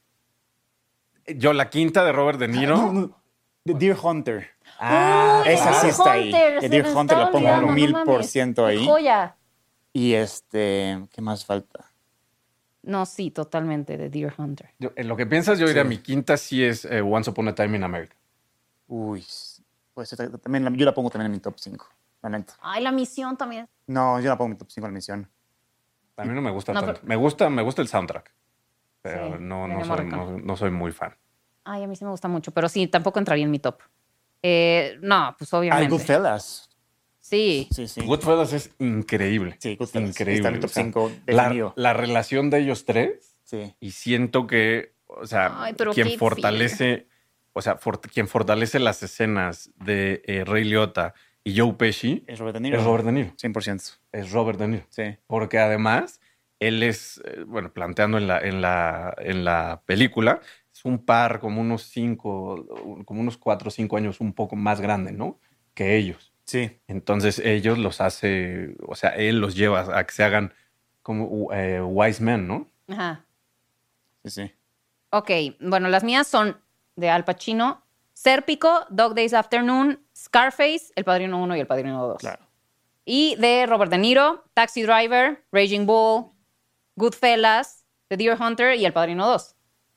Yo la quinta de Robert De Niro. No, no. The Deer Hunter. Ah, esa sí está ahí. Hunter, The se Deer me Hunter estaba la pongo olvidando, mil no por mames. ciento Qué ahí. joya. Y este, ¿qué más falta? No, sí, totalmente, de Deer Hunter. Yo- en lo que piensas, yo diría mi quinta sí es eh, Once Upon a Time in America. Uy, pues esta- también la- yo la pongo también en mi top cinco. La neta. Ay, la misión también. No, yo la pongo en mi top cinco en la misión. A mí no me gusta No, tanto. pero- Me gusta, me gusta el soundtrack. Pero Sí, no, de no, Ennio soy, Morricone. no, no soy muy fan. Ay, a mí sí me gusta mucho, pero sí, tampoco entraría en mi top. Eh, no, pues Ah, obviamente. Goodfellas. Sí. Sí, sí. Goodfellas es increíble. Sí, Goodfellas. Increíble. Está en mi top o sea, cinco la, definido. la relación de ellos tres, Sí. y siento que, o sea, Ay, pero quien Cape fortalece, o sea, for- quien fortalece las escenas de eh, Ray Liotta y Joe Pesci Es Robert De Niro. es Robert De Niro. cien por ciento. Es Robert De Niro. Sí. Porque además, él es, eh, bueno, planteando en la, en la, en la película, es un par como unos cinco, como unos cuatro o cinco años un poco más grande, ¿no? Que ellos. Sí. Entonces ellos los hace, o sea, él los lleva a que se hagan como eh, wise men, ¿no? Ajá. Sí, sí. Ok, bueno, las mías son de Al Pacino, Sérpico, Dog Days Afternoon, Scarface, El Padrino uno y El Padrino dos. Claro. Y de Robert De Niro, Taxi Driver, Raging Bull, Goodfellas, The Deer Hunter y El Padrino dos.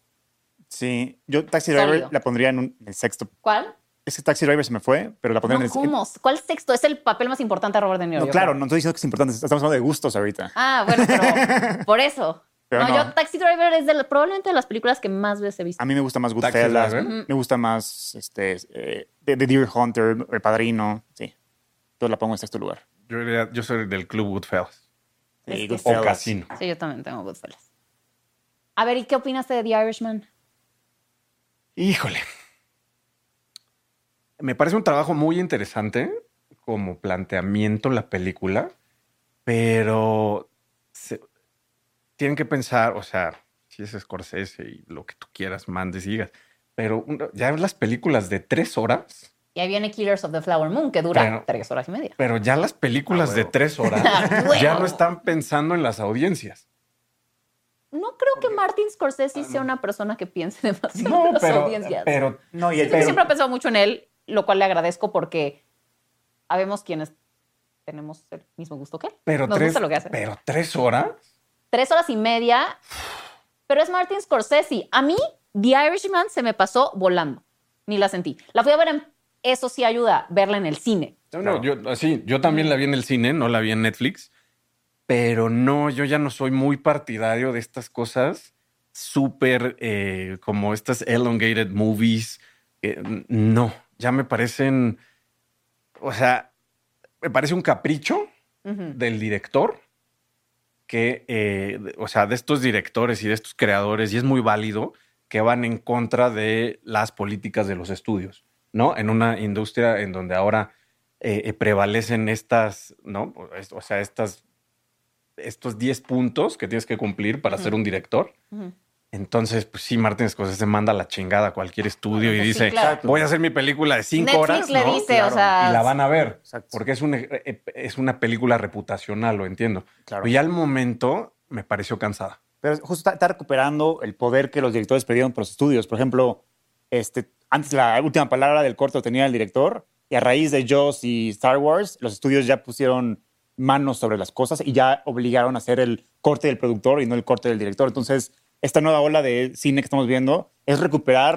Sí. Yo Taxi Sólido. Driver la pondría en un- en el sexto. ¿Cuál? Es que Taxi Driver se me fue, pero la pondría No, en el ¿cómo? ¿Cuál sexto? Es el papel más importante de Robert De Niro. No, yo claro, creo. no estoy diciendo que es importante. Estamos hablando de gustos ahorita. Ah, bueno, pero por eso. Pero no, no. yo Taxi Driver es de la- probablemente de las películas que más veces he visto. A mí me gusta más Taxi Goodfellas. Driver. Me gusta más este, eh, The, The Deer Hunter, El Padrino. Sí. Yo la pongo en sexto lugar. Yo, diría- yo soy del club Goodfellas. Sí, Es que O Goodfellas. Casino. Sí, yo también tengo Goodfellas. A ver, ¿y qué opinaste de The Irishman? Híjole. Me parece un trabajo muy interesante como planteamiento la película, pero se- tienen que pensar, o sea, si es Scorsese y lo que tú quieras, mandes y digas, pero una- ya las películas de tres horas, Y ahí viene Killers of the Flower Moon, que dura Pero- tres horas y media. pero ya las películas Ah, de huevo. tres horas Ah, huevo. ya no están pensando en las audiencias. No creo que Martin Scorsese sea una persona que piense demasiado No, en las pero, audiencias. pero No, y el, Siento que siempre he pensado mucho en él, lo cual le agradezco porque habemos quienes tenemos el mismo gusto que él. Pero Nos tres, gusta lo que hace. pero tres horas. Tres horas y media, pero es Martin Scorsese. A mí, The Irishman se me pasó volando. Ni la sentí. La fui a ver en... Eso sí ayuda, verla en el cine. No, no, yo, sí, yo también la vi en el cine, no la vi en Netflix, pero no, yo ya no soy muy partidario de estas cosas súper eh, como estas elongated movies. eh, no, ya me parecen, o sea, me parece un capricho Ujú. del director que, eh, de- o sea, de estos directores y de estos creadores, y es muy válido que van en contra de las políticas de los estudios, ¿no? En una industria en donde ahora eh, eh, prevalecen estas, ¿no? O sea, estas, estos diez puntos que tienes que cumplir para Ujú. ser un director. Ujú. Entonces, pues sí, Martin Scorsese manda la chingada a cualquier estudio y Pues sí, dice, claro. voy a hacer mi película de cinco Netflix horas, le ¿no? dice, Claro. o sea... Y la van a ver. Exacto. Porque es, un, eh, es una película reputacional, lo entiendo. Claro. Pero ya al momento me pareció cansada. Pero justo está, está recuperando el poder que los directores perdieron por los estudios. Por ejemplo, este, antes la última palabra del corto tenía el director y a raíz de Jaws y Star Wars, los estudios ya pusieron manos sobre las cosas y ya obligaron a hacer el corte del productor y no el corte del director. Entonces, esta nueva ola de cine que estamos viendo es recuperar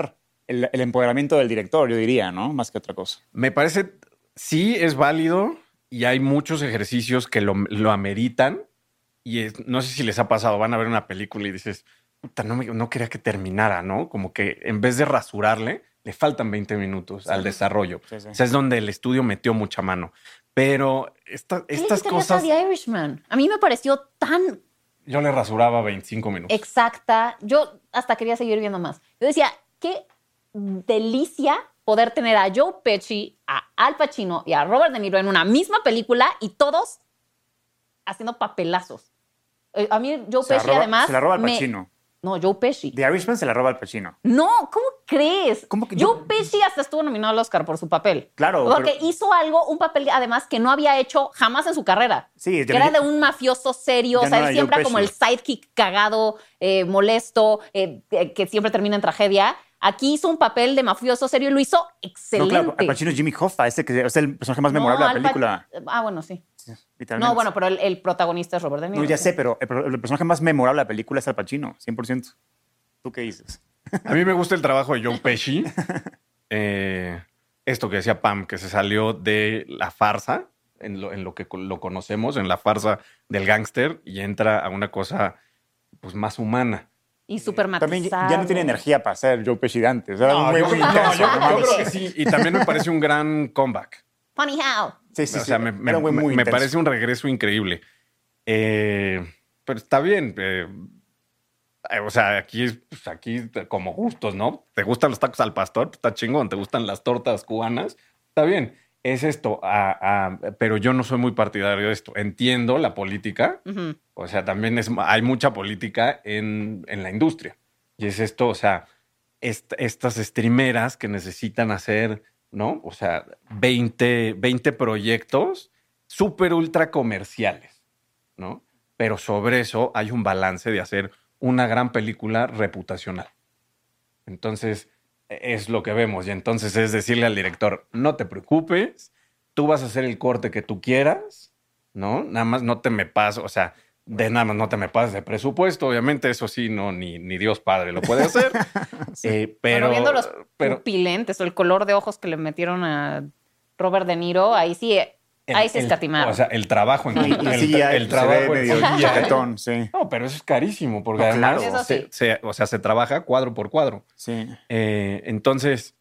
el, el empoderamiento del director, yo diría, ¿no? Más que otra cosa. Me parece, sí es válido y hay muchos ejercicios que lo, lo ameritan. Y es, no sé si les ha pasado, van a ver una película y dices, puta, no, me, no quería que terminara, ¿no? Como que en vez de rasurarle, le faltan veinte minutos Sí. al desarrollo. Sí, sí. O sea, es donde el estudio metió mucha mano. Pero esta, ¿Qué estas le quitarías cosas, a The Irishman? A mí me pareció tan yo le rasuraba veinticinco minutos. exacta. Yo hasta quería seguir viendo más. Yo decía, qué delicia poder tener a Joe Pesci, a Al Pacino y a Robert De Niro en una misma película y todos haciendo papelazos. Eh, A mí Joe Se la Pesci roba- además... se la roba Al me- Pacino. No, Joe Pesci. The Irishman se la roba Al Pacino. No, ¿cómo crees? ¿Cómo que Joe yo- Pesci hasta estuvo nominado al Oscar por su papel. Claro, Porque pero- hizo algo, un papel además que no había hecho jamás en su carrera. Sí, que ya- era de un mafioso serio. ya O sea, no él era siempre Joe como el Pesci. sidekick cagado, eh, molesto, eh, eh, que siempre termina en tragedia. Aquí hizo un papel de mafioso serio y lo hizo No, excelente. claro, Al Pacino es Jimmy Hoffa, ese que es el personaje más No, memorable de la Al Pa- película. Ah, bueno, sí. Literalmente. No, bueno, pero el, el protagonista es Robert De Niro. No, ya sé, pero el, el personaje más memorable de la película es Al Pacino, cien por ciento. ¿Tú qué dices? A mí me gusta el trabajo de Joe Pesci. Eh, esto que decía Pam, que se salió de la farsa, en lo, en lo que co- lo conocemos, en la farsa del gángster, y entra a una cosa pues más humana. Y súper También ya- matizado. ya no tiene energía para ser Joe Pesci de antes. Era No, muy, yo, muy no, intenso. yo- yo ¿no? creo que sí. Y también me parece un gran comeback. Funny how. Sí, sí, o sí. sea, me, me- Era muy, muy me- me intenso. parece un regreso increíble. Eh, pero está bien. eh, eh, o sea, aquí, es- pues, aquí como gustos, ¿no? ¿Te gustan los tacos al pastor? Pues está chingón. ¿Te gustan las tortas cubanas? Está bien. Es esto. ah, ah, pero yo no soy muy partidario de esto. Entiendo la política. Ujú. O sea, también es, hay mucha política en, en la industria. Y es esto, o sea, est- estas streameras que necesitan hacer, ¿no? O sea, veinte, veinte proyectos súper ultra comerciales, ¿no? Pero sobre eso hay un balance de hacer una gran película reputacional. Entonces, es lo que vemos. Y entonces es decirle al director, no te preocupes, tú vas a hacer el corte que tú quieras, ¿no? Nada más no te me pases, o sea, de nada más no te me pases de presupuesto. Obviamente eso sí, no, ni, ni Dios Padre lo puede hacer. Eh, pero, Bueno, viendo los pero pupilentes o el color de ojos que le metieron a Robert De Niro, ahí sí, el- ahí se el- escatimaron. O sea, el trabajo en Y, y el, sí, ya el se trabajo ve en medio C G I. chaquetón, sí. No, pero eso es carísimo, porque No, además claro. Eso se, sí. se- o sea, se trabaja cuadro por cuadro. Sí. Eh, entonces,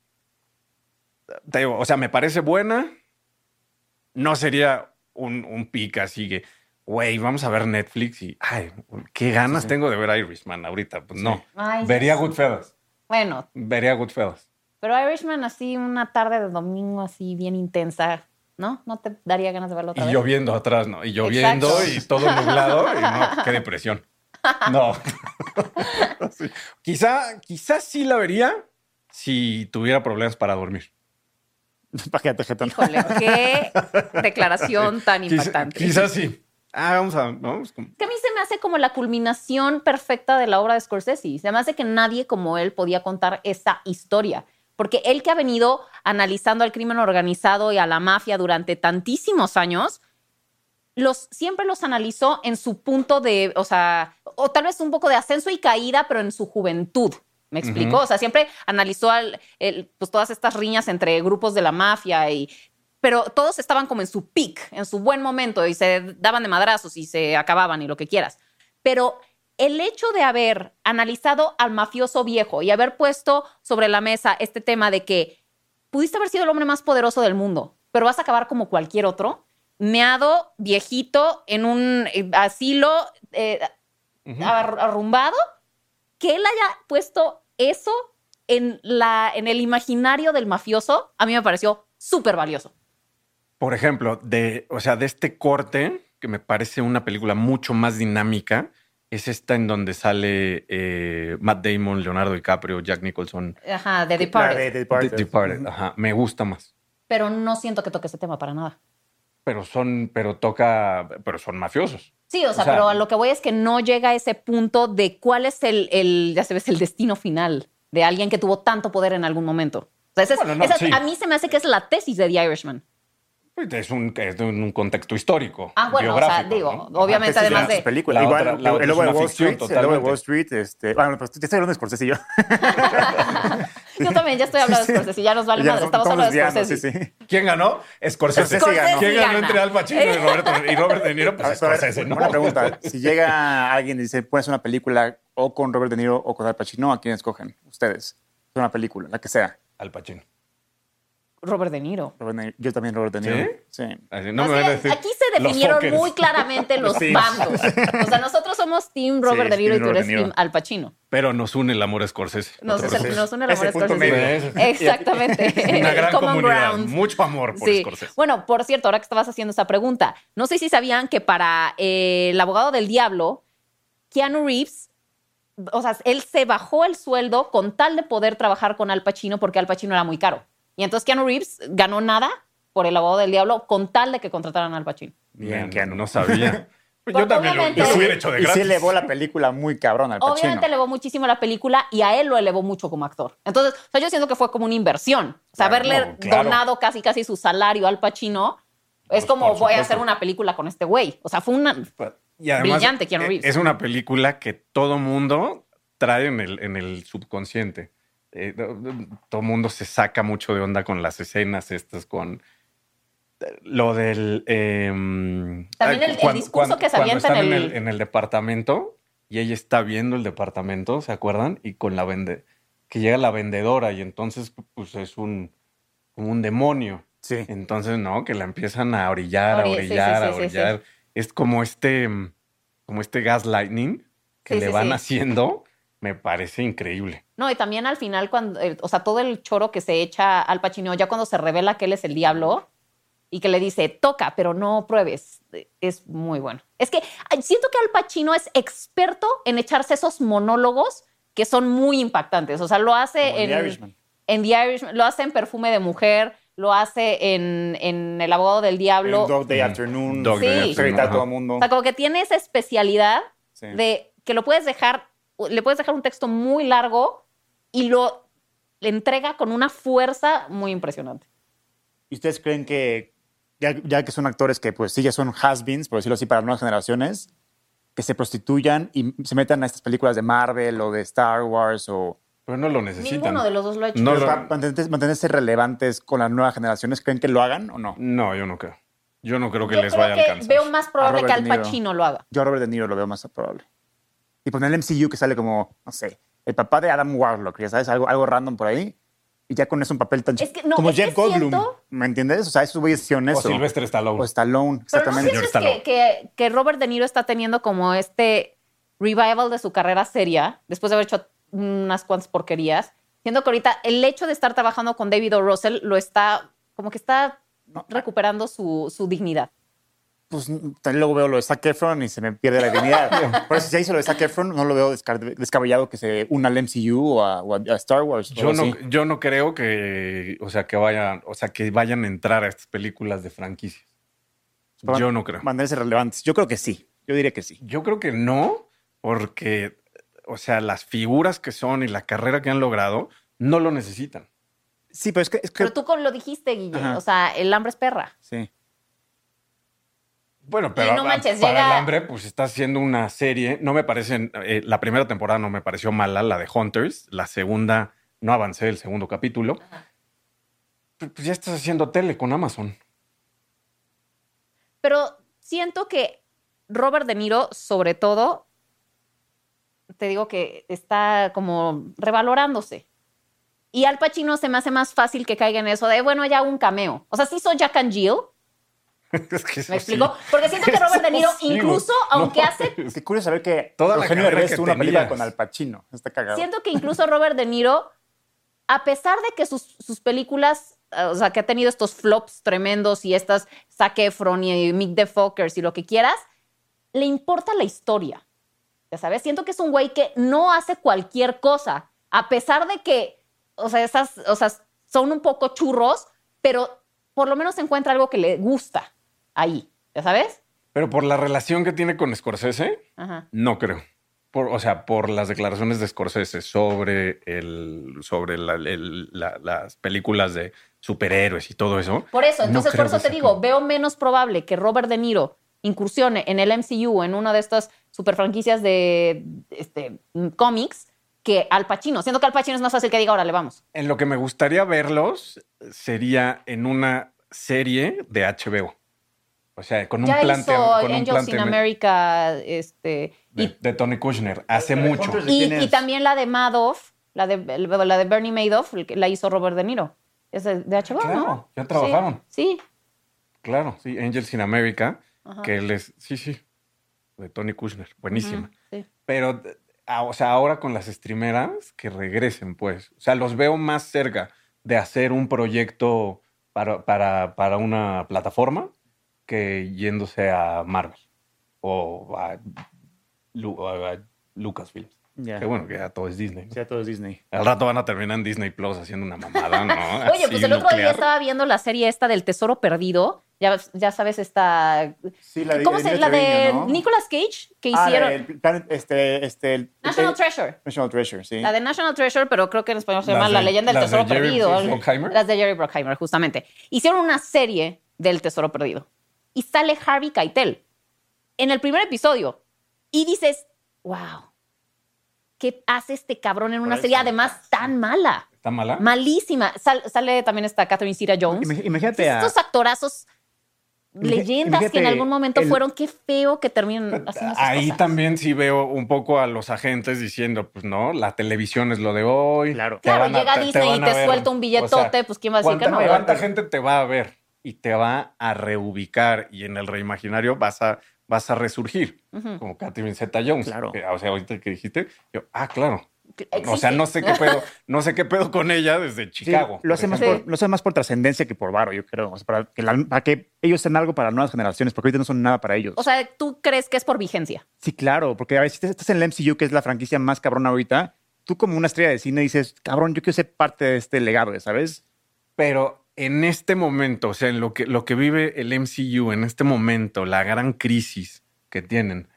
te digo, o sea, me parece buena. No sería un, un pick así que, güey, vamos a ver Netflix y, ay, qué ganas Sí, sí. tengo de ver Irishman ahorita. Pues no. Ay, Vería sí. Goodfellas. Bueno, Vería Goodfellas. pero Irishman así una tarde de domingo así bien intensa, ¿no? ¿No te daría ganas de verlo otra Y vez? lloviendo atrás, ¿no? Y lloviendo Exacto. y todo nublado. Y no, qué depresión. No. Sí. Quizá, quizá sí la vería si tuviera problemas para dormir. Págate, jetón. Híjole, qué declaración tan Quizá- impactante. Quizás sí. Ah, vamos a... ¿no? Es como- Que a mí se me hace como la culminación perfecta de la obra de Scorsese. Se me hace que nadie como él podía contar esa historia. Porque él que ha venido analizando al crimen organizado y a la mafia durante tantísimos años, los, siempre los analizó en su punto de, o sea, o tal vez un poco de ascenso y caída, pero en su juventud. ¿Me explico? Ujú. O sea, siempre analizó al- el- pues, todas estas riñas entre grupos de la mafia y... Pero todos estaban como en su peak, en su buen momento, y se daban de madrazos y se acababan y lo que quieras. Pero el hecho de haber analizado al mafioso viejo y haber puesto sobre la mesa este tema de que pudiste haber sido el hombre más poderoso del mundo, pero vas a acabar como cualquier otro, meado, viejito, en un eh, asilo eh, Ujú. ar- arrumbado, que él haya puesto eso en, la, en el imaginario del mafioso, a mí me pareció súper valioso. Por ejemplo, de, o sea, de este corte, que me parece una película mucho más dinámica, es esta en donde sale eh, Matt Damon, Leonardo DiCaprio, Jack Nicholson. Ajá, de La Departed. de The The Departed. Departed. Ajá, me gusta más. Pero no siento que toque ese tema para nada. Pero son, pero toca, pero son mafiosos. Sí, o sea, O sea, pero a lo que voy es que no llega a ese punto de cuál es el, el, ya sabes, el destino final de alguien que tuvo tanto poder en algún momento. O sea, ese es- Bueno, no, esa- sí. a mí se me hace que es la tesis de The Irishman. Pues es un, es de un contexto histórico. Ah, bueno, o sea, biográfico, digo, ¿no? obviamente Antes además eran de... sus películas. La Igual, otra- la otra el es lobo de una Wall ficción, Street, el lobo de totalmente. Wall Street, este, bueno, pues te estoy hablando de Scorsese y yo. Yo también ya estoy hablando de Scorsese, ya nos vale Ya madre, nos estamos hablando de desviando, Scorsese. sí, sí. ¿Quién ganó? Scorsese. Scorsese ganó. ¿Quién ganó gana. entre Al Pacino y Robert, y Robert De Niro? A Pues ver, a ver, Scorsese, ¿no? Una pregunta. Si llega alguien y dice, puedes hacer una película o con Robert De Niro o con Al Pacino, ¿a quién escogen? Ustedes. Una película, la que sea. Al Pacino. Robert De Niro. Robert De Niro. Yo también Robert De Niro. ¿Sí? Sí. Así, no Así me van a es, decir aquí se los definieron fuckers. muy claramente los Sí. bandos. O sea, nosotros somos Team Robert Sí, De Niro y Team tú Robert eres De Niro. Team Al Pacino. Pero nos une el amor a Scorsese. Nos, No te es- preocupes. nos une el amor Ese a punto Scorsese. medio. Exactamente. Una gran Common comunidad. ground. Mucho amor por Sí. Scorsese. Bueno, por cierto, ahora que estabas haciendo esa pregunta, no sé si sabían que para eh, el abogado del diablo, Keanu Reeves, o sea, él se bajó el sueldo con tal de poder trabajar con Al Pacino porque Al Pacino era muy caro. Y entonces Keanu Reeves ganó nada por el abogado del diablo con tal de que contrataran a Al Pacino. Bien, Bien, Keanu. no sabía. Pues Porque yo también lo, obviamente- yo lo Sí, hubiera hecho de Y sí gratis. elevó la película muy cabrón al Pacino. Obviamente elevó muchísimo la película y a él lo elevó mucho como actor. Entonces, o sea, yo siento que fue como una inversión. O sea, Claro, haberle no, claro. donado casi casi su salario al Pacino es Pues, como por voy a supuesto. hacer una película con este güey. O sea, fue una... Y además, Brillante, Keanu eh, Reeves. Es una película que todo mundo trae en el, en el subconsciente. Eh, todo mundo se saca mucho de onda con las escenas estas, con eh, lo del... eh, También el- el discurso que se cuando avienta en están el- en el departamento y ella está viendo el departamento, ¿se acuerdan? Y con la vende... que llega la vendedora y entonces pues es un, como un demonio. Sí. Entonces, no, que la empiezan a orillar, a Ori- sí, orillar, sí, a sí, sí, orillar. Es como este, mm, como este gaslighting que Sí, le sí, van sí. haciendo. Me parece increíble. No, y también al final, cuando, eh, o sea, todo el choro que se echa Al Pacino, ya cuando se revela que él es el diablo y que le dice, toca, pero no pruebes, eh, es muy bueno. Es que ay, siento que Al Pacino es experto en echarse esos monólogos que son muy impactantes. O sea, lo hace Como en en The Irishman. en The Irishman, lo hace en Perfume de Mujer, lo hace en, en El abogado del diablo. En Dog Day Mm. Afternoon. Dog Day Sí. Afternoon, Gritar a ajá. todo el mundo. O sea, como que tiene esa especialidad Sí. de que lo puedes dejar, le puedes dejar un texto muy largo y lo le entrega con una fuerza muy impresionante. ¿Y ustedes creen que, ya, ya que son actores que pues sí ya son has-beens, por decirlo así, para nuevas generaciones, que se prostituyan y se metan a estas películas de Marvel o de Star Wars o Pero no lo necesitan. Ninguno de los dos lo ha hecho. No pero lo- para mantenerse, mantenerse relevantes con las nuevas generaciones? ¿Creen que lo hagan o no? No, yo no creo. Yo no creo que Yo les creo vaya a que alcanzar. veo más probable A que Robert Al De Niro. Pacino lo haga. Yo a Robert De Niro lo veo más probable. Y poner el M C U que sale como, no sé, el papá de Adam Warlock, ya sabes, algo, algo random por ahí. Y ya con eso un papel tan Es chico. que no, como es Jeff que Goldblum. siento- ¿Me entiendes? O sea, esos güeyes hicieron O eso. Sylvester Stallone. O Stallone, Pero no exactamente. Señor sientes que, que, que Robert De Niro está teniendo como este revival de su carrera seria, después de haber hecho unas cuantas porquerías. Siento que ahorita el hecho de estar trabajando con David O. Russell lo está, como que está No. recuperando su, su dignidad. Pues también luego veo lo de Zac Efron y se me pierde la dignidad. Por eso si ya hizo lo de Zac Efron, no lo veo descar- descabellado que se una al M C U o a, o a Star Wars. o Yo algo no, así. yo no creo que, o sea, que vayan, o sea, que vayan a entrar a estas películas de franquicias. Para Yo no creo. Mantenerse relevantes. Yo creo que sí. Yo diría que sí. Yo creo que no, porque, o sea, las figuras que son y la carrera que han logrado no lo necesitan. Sí, pero es que... Es que Pero tú con- lo dijiste, Guille. Ajá. O sea, el hambre es perra. sí. Bueno, pero no a- manches, para llega- el hambre, pues está haciendo una serie. No me parece, eh, la primera temporada no me pareció mala, la de Hunters. La segunda, no avancé el segundo capítulo. Pues pues ya estás haciendo tele con Amazon. Pero siento que Robert De Niro, sobre todo, te digo que está como revalorándose. Y Al Pacino se me hace más fácil que caiga en eso de, bueno, ya hago un cameo. O sea, sí soy Jack and Jill, Es que eso ¿me sí. explico? Porque siento que Robert De Niro, Sí, güey. incluso, aunque No, hace Es que curioso saber que Toda la Eugenio carrera Derbez que tuvo una película tenías. con Al Pacino. Está cagado. Siento que incluso Robert De Niro, a pesar de que sus, sus películas, eh, o sea, que ha tenido estos flops tremendos y estas Zac Efron y Mick the Fockers y lo que quieras, le importa la historia. Ya sabes, siento que es un güey que no hace cualquier cosa, a pesar de que, o sea, esas, o sea, son un poco churros, pero por lo menos encuentra algo que le gusta ahí, ¿ya sabes? Pero por la relación que tiene con Scorsese, Ajá. no creo. Por, o sea, por las declaraciones de Scorsese sobre, el, sobre la- el- la- las películas de, superhéroes y todo eso. Por eso, no entonces creo por eso que te sea digo, como- veo menos probable que Robert De Niro incursione en el M C U, en una de estas super franquicias de este, cómics, que Al Pacino. Siendo que Al Pacino es más fácil que diga, órale, vamos. En lo que me gustaría verlos sería en una serie de H B O. O sea, con un Ya plante... hizo con un Angels in planteamiento America, este, de, y, de Tony Kushner, hace Pero mucho. Hunters- y, ¿quién es? y también la de Madoff, la de, la de Bernie Madoff, el que la hizo Robert De Niro. Es de, de H B O, Claro, ¿no? ya trabajaron. Sí, sí. Claro, sí, Angels in America, Ajá. que él es... Sí, sí, de Tony Kushner, buenísima. Ujú, sí. Pero, ah, o sea, ahora con las streameras, que regresen, pues. O sea, los veo más cerca de hacer un proyecto para, para, para una plataforma que yéndose a Marvel o a, Lu- a Lucasfilm. Ya. Que bueno, que ya todo es Disney, ¿no? O sea, todo es Disney. Al rato van a terminar en Disney Plus haciendo una mamada, ¿no? Oye, Así pues el otro día nuclear. estaba viendo la serie esta del Tesoro Perdido. Ya, ya sabes, esta... Sí, la de, ¿Cómo se Nina La de Treviño, ¿no? Nicolas Cage, que Ah, hicieron... el Planet- este, este, el, National el- Treasure. National Treasure, sí. La de National Treasure, pero creo que en español se Las llama de- La Leyenda del las de Tesoro Jerry Perdido. Bruckheimer. Las de Jerry Bruckheimer, justamente. Hicieron una serie del Tesoro Perdido. Y sale Harvey Keitel en el primer episodio. Y dices, wow, ¿qué hace este cabrón en una Por serie eso. además tan mala? ¿Está mala? Malísima. Sal- sale también esta Catherine Zeta-Jones. Imag- Imagínate a... Estos actorazos, Imagi- leyendas que en imagínate algún momento el- fueron, qué feo que terminen haciendo esas Ahí cosas. también sí veo un poco a los agentes diciendo, pues no, la televisión es lo de hoy. Claro. Te Claro, van a- llega te- te Disney y van a te ver. suelta un billetote, pues, ¿quién va a decir que ¿cuánta- no? ¿Cuánta gente te va a ver y te va a reubicar y en el reimaginario vas a, vas a resurgir? Ujú. Como Catherine Zeta-Jones. Claro. Que, o sea, ahorita que dijiste, yo, ah, claro. Existe. O sea, no sé qué pedo, no sé qué pedo con ella desde Sí, Chicago. lo, hace por más ejemplo. por, lo hace más por trascendencia que por varo, yo creo. O sea, para, que la- para que ellos sean algo para las nuevas generaciones, porque ahorita no son nada para ellos. O sea, ¿tú crees que es por vigencia? sí, claro, porque a ver, si estás en el M C U, que es la franquicia más cabrona ahorita, tú como una estrella de cine dices, cabrón, yo quiero ser parte de este legado, ¿sabes? Pero en este momento, o sea, en lo que, lo que vive el M C U, en este momento, la gran crisis que tienen,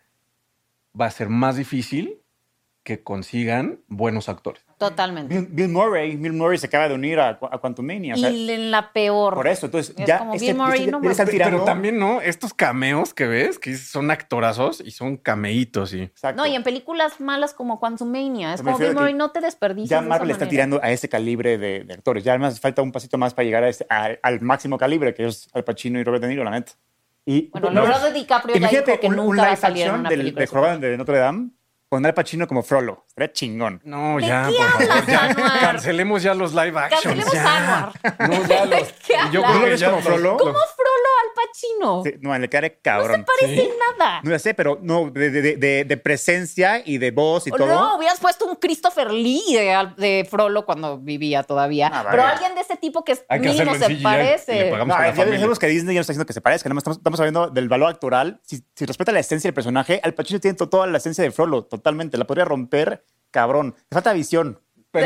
va a ser más difícil que consigan buenos actores. Totalmente. Bill, Bill Murray, Bill Murray se acaba de unir a, a Quantumania. O sea, Y en la peor. por eso, entonces Es ya como este- Bill Murray, este- no le están mames. tirando. Pero también, ¿no? Estos cameos que ves, que son actorazos y son cameitos y... Exacto. No, y en películas malas como Quantumania. Es Me como refiero Bill a Murray, que no te desperdicies. ya de Marvel esa está manera. tirando a ese calibre de, de actores. Ya además falta un pasito más para llegar a ese- a- al máximo calibre, que es Al Pacino y Robert De Niro, la neta. Y, Bueno, no, Leonardo DiCaprio ya imagínate dijo que un, un nunca va a live salir en action una del- película. de de Jorobado de Notre Dame con Al Pacino como Frollo. Estaría chingón. No, ¿De ya, qué por favor, hablas, ya. Anuar? Cancelemos ya los live actions. Cancelemos ya. Anuar. No, ya los... qué yo hablas? creo ¿No lo que ves ya como los- Frollo? ¿Cómo Frollo Al Pacino? Sí, no, le quedaría cabrón. Parece ¿Sí? nada. No lo sé, pero no, de, de- de- de presencia y de voz y O todo. No, hubieras puesto un Christopher Lee de, de Frollo cuando vivía todavía. Ah, Pero vaya. alguien de ese tipo que Hay que mínimo hacerlo en se C G I y le parece. pagamos No, a la ya familia. dijimos que Disney ya no está diciendo que se parezca, nada más estamos, estamos hablando del valor actoral. Si, si respeta la esencia del personaje, Al Pacino tiene to- toda la esencia de Frollo, totalmente. La podría romper, cabrón. Le falta visión. Pero,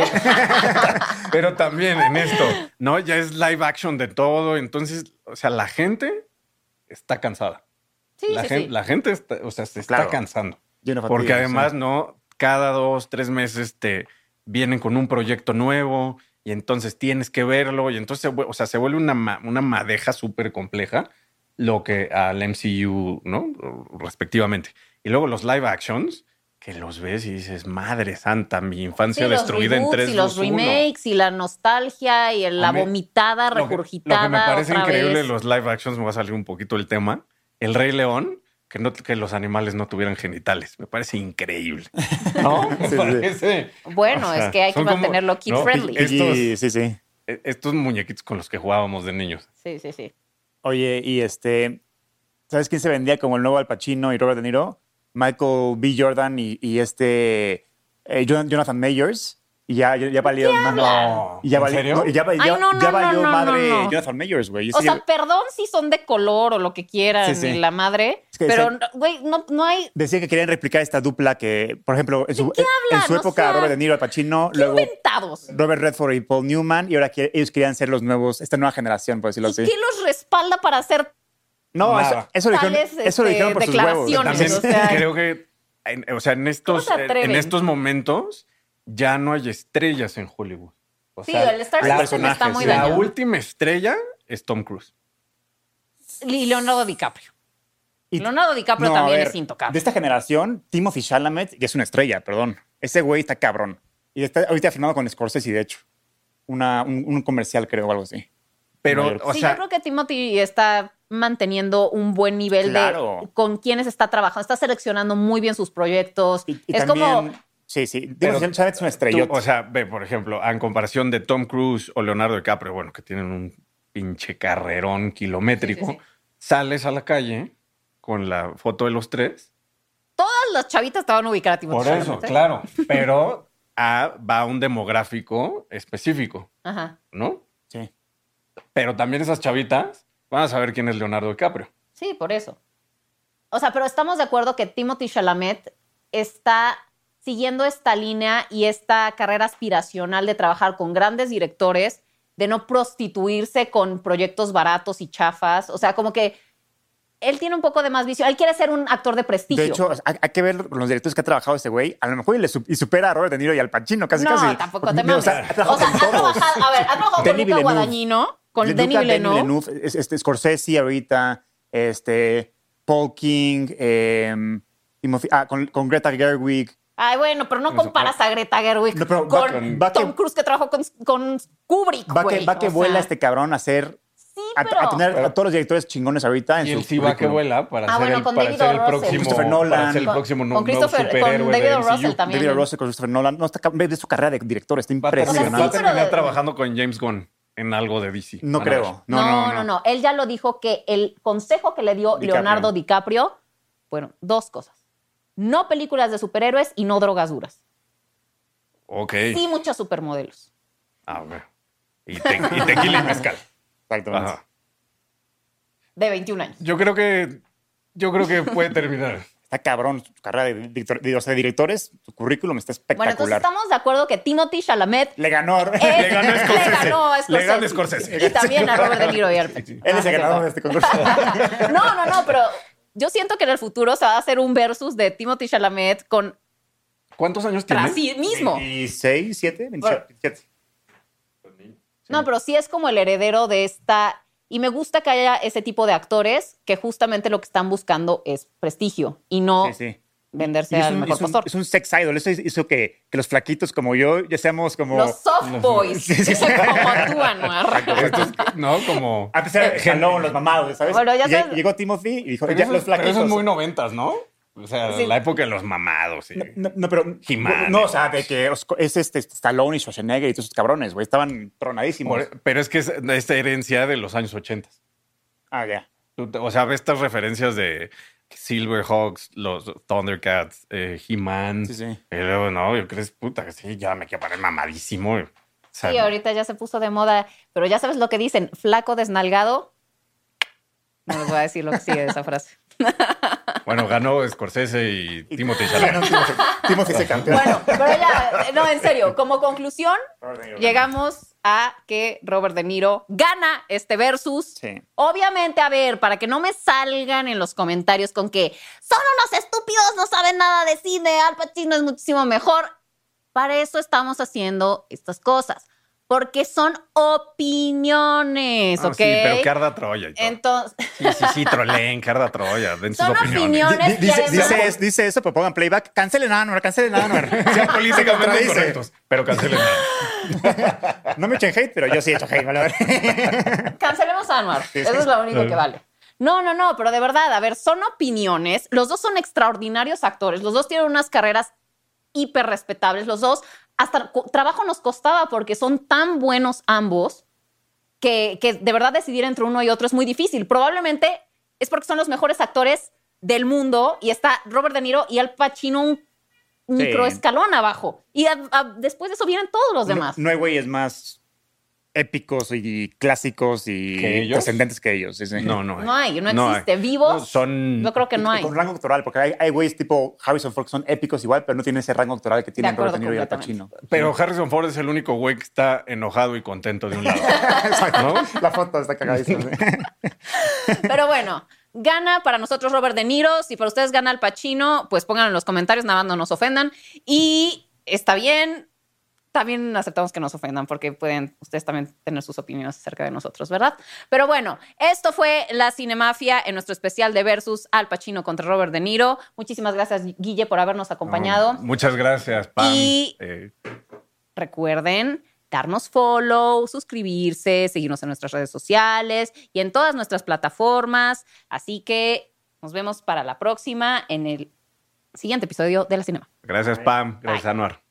pero también en esto, ¿no? Ya es live action de todo. Entonces, o sea, la gente está cansada. Sí, la, sí, gente, sí. la gente está, o sea, se está Claro. cansando. Lleno de Porque fatiga, además, sí. ¿no? Cada dos, tres meses te vienen con un proyecto nuevo y entonces tienes que verlo. Y entonces, o sea, se vuelve una, ma- una madeja súper compleja lo que al M C U, ¿no? Respectivamente. Y luego los live actions, que los ves y dices, madre santa, mi infancia Sí, los destruida en reboots tres, y los dos, uno. remakes y la nostalgia y la A mí, vomitada Lo que, regurgitada lo que me parece otra increíble vez. de los live actions, me va a salir un poquito el tema. El Rey León, que, no, que los animales no tuvieran genitales. Me parece increíble. ¿No? Me Sí, sí. parece. Bueno, o sea, es que hay que son como- mantenerlo kid ¿no? friendly. Es- Estos- Y- sí, sí. E- Estos muñequitos con los que jugábamos de niños. Sí, sí, sí. Oye, y este, ¿sabes quién se vendía como el nuevo Al Pacino y Robert De Niro? Michael B. Jordan y, y este eh, Jon- Jonathan Mayers. Y ya, ya, ya valió. No. Y ya ¿En valió, serio? no, y ya, Ay, ya- no, no, ya no, valió no, madre no, no. Jonathan Mayers, güey. O Ese- sea, perdón si son de color o lo que quieran, Sí, sí. y la madre, Es que pero, se- güey, no, no hay... Decía que querían replicar esta dupla que, por ejemplo, en su, qué en- en hablan? su O época sea, Robert De Niro, Al Pacino, ¡Qué luego inventados! Robert Redford y Paul Newman, y ahora que ellos querían ser los nuevos, esta nueva generación, por decirlo ¿Y así. qué los respalda para hacer No, eso, Nada. eso lo dijeron, tales, eso lo este, dijeron por sus huevos. declaraciones? También o sea- creo que, en, o sea, en estos, ¿Cómo se atreven? en estos momentos ya no hay estrellas en Hollywood. O Sí, sea, el Star la- System está muy la dañado. última estrella es Tom Cruise. Y Leonardo DiCaprio. Y- Leonardo DiCaprio No, a también ver, es intocable. De esta generación, Timothy Chalamet, que es una estrella, perdón. Ese güey está cabrón. Y está ahorita firmado con Scorsese, de hecho. Una, un, un comercial, creo, o algo así. Pero, Mayor. o sí, sea, yo creo que Timothy está manteniendo un buen nivel Claro. de con quienes está trabajando. Está seleccionando muy bien sus proyectos. Y, y es también, como... Sí, sí. Pero Timothy Chalamet es una tú, estrella. o sea, ve, por ejemplo, en comparación de Tom Cruise o Leonardo DiCaprio, bueno, que tienen un pinche carrerón kilométrico, Sí, sí, sí. sales a la calle con la foto de los tres. Todas las chavitas te van a ubicar a Timothy Por Chalamet, eso, ¿eh? claro. Pero a- va a un demográfico específico, Ajá. ¿no? Sí. Pero también esas chavitas van a saber quién es Leonardo DiCaprio. Sí, por eso. O sea, pero estamos de acuerdo que Timothy Chalamet está siguiendo esta línea y esta carrera aspiracional de trabajar con grandes directores, de no prostituirse con proyectos baratos y chafas. O sea, como que él tiene un poco de más visión. Él quiere ser un actor de prestigio. De hecho, hay, hay que ver con los directores que ha trabajado ese güey. A lo mejor y, le su- y supera a Robert De Niro y al Pacino, casi, no, casi. tampoco te O mames. sea, ha trabajado O sea, con ha todos. trabajado, a ver, ha trabajado con Denis Luca Villeneuve. Guadagnino, con Luca Denis Villeneuve. Villeneuve, es- este, Scorsese ahorita, este, Paul King, eh, Timothy- ah, con, con Greta Gerwig. Ay, bueno, pero no comparas a Greta Gerwig No, pero va- con va que- Tom Cruise que trabajó con, con Kubrick, Va güey. que, va que O vuela sea, este cabrón a hacer, Sí, a, pero... a tener a todos los directores chingones ahorita en Y su él sí va que currículum. vuela para Ah, ser bueno, el, con para David ser O. el Russell. próximo, Christopher Nolan. para ser el Con- próximo con nu- nuevo Christopher- con superhéroe David de O. M C U. Russell también. David O. Russell con Christopher Nolan. No, está, cab- ve su carrera de director, está Va a terminar, O sea, sí, va a impresionante. pero terminar de- trabajando con James Gunn en algo de D C. No Van a ver. creo. No no no, no, Él ya lo dijo que el consejo que le dio DiCaprio. Leonardo DiCaprio fueron dos cosas. No películas de superhéroes y no drogas duras. Ok. Sí, muchos supermodelos. A ver. Y, te- y tequila y mezcal. Exactamente. Ajá. De veintiún años. Yo creo que yo creo que puede terminar. Está cabrón su carrera de, director- de- o sea, de directores. Su currículum está Bueno, entonces espectacular. estamos de acuerdo que Timothy Chalamet Le ganó. es- Le ganó a Scorsese. le ganó a Le ganó a Scorsese. Scorsese. Y también a Robert De Niro y al Pacino. Él Ah, es el no, ganador de este concurso. No, no, no, pero yo siento que en el futuro se va a hacer un versus de Timothy Chalamet con ¿Cuántos años tiene? tras sí mismo. veintiséis, siete, veintisiete. No, pero sí es como el heredero de esta... Y me gusta que haya ese tipo de actores que justamente lo que están buscando es prestigio y no Sí, sí. venderse Y es al un, mejor es, un, postor. es un sex idol. Eso hizo que, que los flaquitos como yo ya seamos como... Los soft boys, Sí, sí, sí. como tú, Anuar. Estos, ¿no? Como... A pesar de jalón, los mamados, ¿sabes? Bueno, ya Y lleg- sabes- Llegó Timothy y dijo, Pero ya, eso, los pero flaquitos. eso es muy noventas, ¿no? O sea, Sí. la época de los mamados. Sí. No, no, pero... He-Man. No, o sea, de que os- es este Stallone y Schwarzenegger y todos esos cabrones, güey. Estaban tronadísimos. Por- pero es que es esta herencia de los años ochenta. Ah, ya. Tú te- O sea, ves estas referencias de Silverhawks, los Thundercats, eh, He-Man. Sí, sí. Pero no, yo creo que es puta que sí, ya me quiero parar mamadísimo. O sea, Sí, ahorita ya se puso de moda, pero ya sabes lo que dicen, flaco desnalgado. No les voy a decir lo que sigue de esa frase. Bueno, ganó Scorsese y Timothy Ganó Chalamet. Timothy. Timothy se campeón. Bueno, pero ya, no, en serio, como conclusión, Robert De Niro. llegamos a que Robert De Niro gana este versus. Sí. Obviamente, a ver, para que no me salgan en los comentarios con que son unos estúpidos, no saben nada de cine, Al Pacino es muchísimo mejor. Para eso estamos haciendo estas cosas, porque son opiniones, Ah, ¿ok? Sí, pero que arda Troya y todo. Entonces, Sí, sí, sí, troleen, que arda Troya. Den sus Son opiniones. opiniones. Di- Dice, Y además- dice, es- dice eso, pero pongan playback. Cancelen a Anwar, cancelen a Anwar. Sean políticamente contradice. incorrectos, pero cancelen. No me echen hate, pero yo sí he hecho hate, ¿vale? cancelemos a Anwar. Eso es lo único que vale. No, no, no, pero de verdad, a ver, son opiniones. Los dos son extraordinarios actores. Los dos tienen unas carreras hiper respetables. Los dos, hasta co- trabajo nos costaba porque son tan buenos ambos que, que de verdad decidir entre uno y otro es muy difícil. Probablemente es porque son los mejores actores del mundo y está Robert De Niro y Al Pacino un microescalón abajo. Y a- a- después de eso vienen todos los demás. No, no hay güeyes más épicos y clásicos y ¿Que ellos? trascendentes que ellos. Sí, sí. No, no hay. No hay, no hay. existe. Vivos, No, son... yo creo que no hay. Con rango actoral, porque hay, hay güeyes tipo Harrison Ford que son épicos igual, pero no tienen ese rango actoral que tienen acuerdo Robert De Niro y Al completamente. Pacino. Pero Harrison Ford es el único güey que está enojado y contento de un lado. ¿No? La foto está cagadísima. ¿sí? Pero bueno, gana para nosotros Robert De Niro. Si para ustedes gana Al Pacino, pues pónganlo en los comentarios, nada más no nos ofendan. Y está bien. también aceptamos que nos ofendan porque pueden ustedes también tener sus opiniones acerca de nosotros, ¿verdad? Pero bueno, esto fue La Cinemafia en nuestro especial de Versus Al Pacino contra Robert De Niro. Muchísimas gracias, Guille, por habernos acompañado. No, muchas gracias, Pam. Y Eh, recuerden darnos follow, suscribirse, seguirnos en nuestras redes sociales y en todas nuestras plataformas. Así que nos vemos para la próxima en el siguiente episodio de La Cinema. gracias, Pam. Gracias, Bye. Anuar.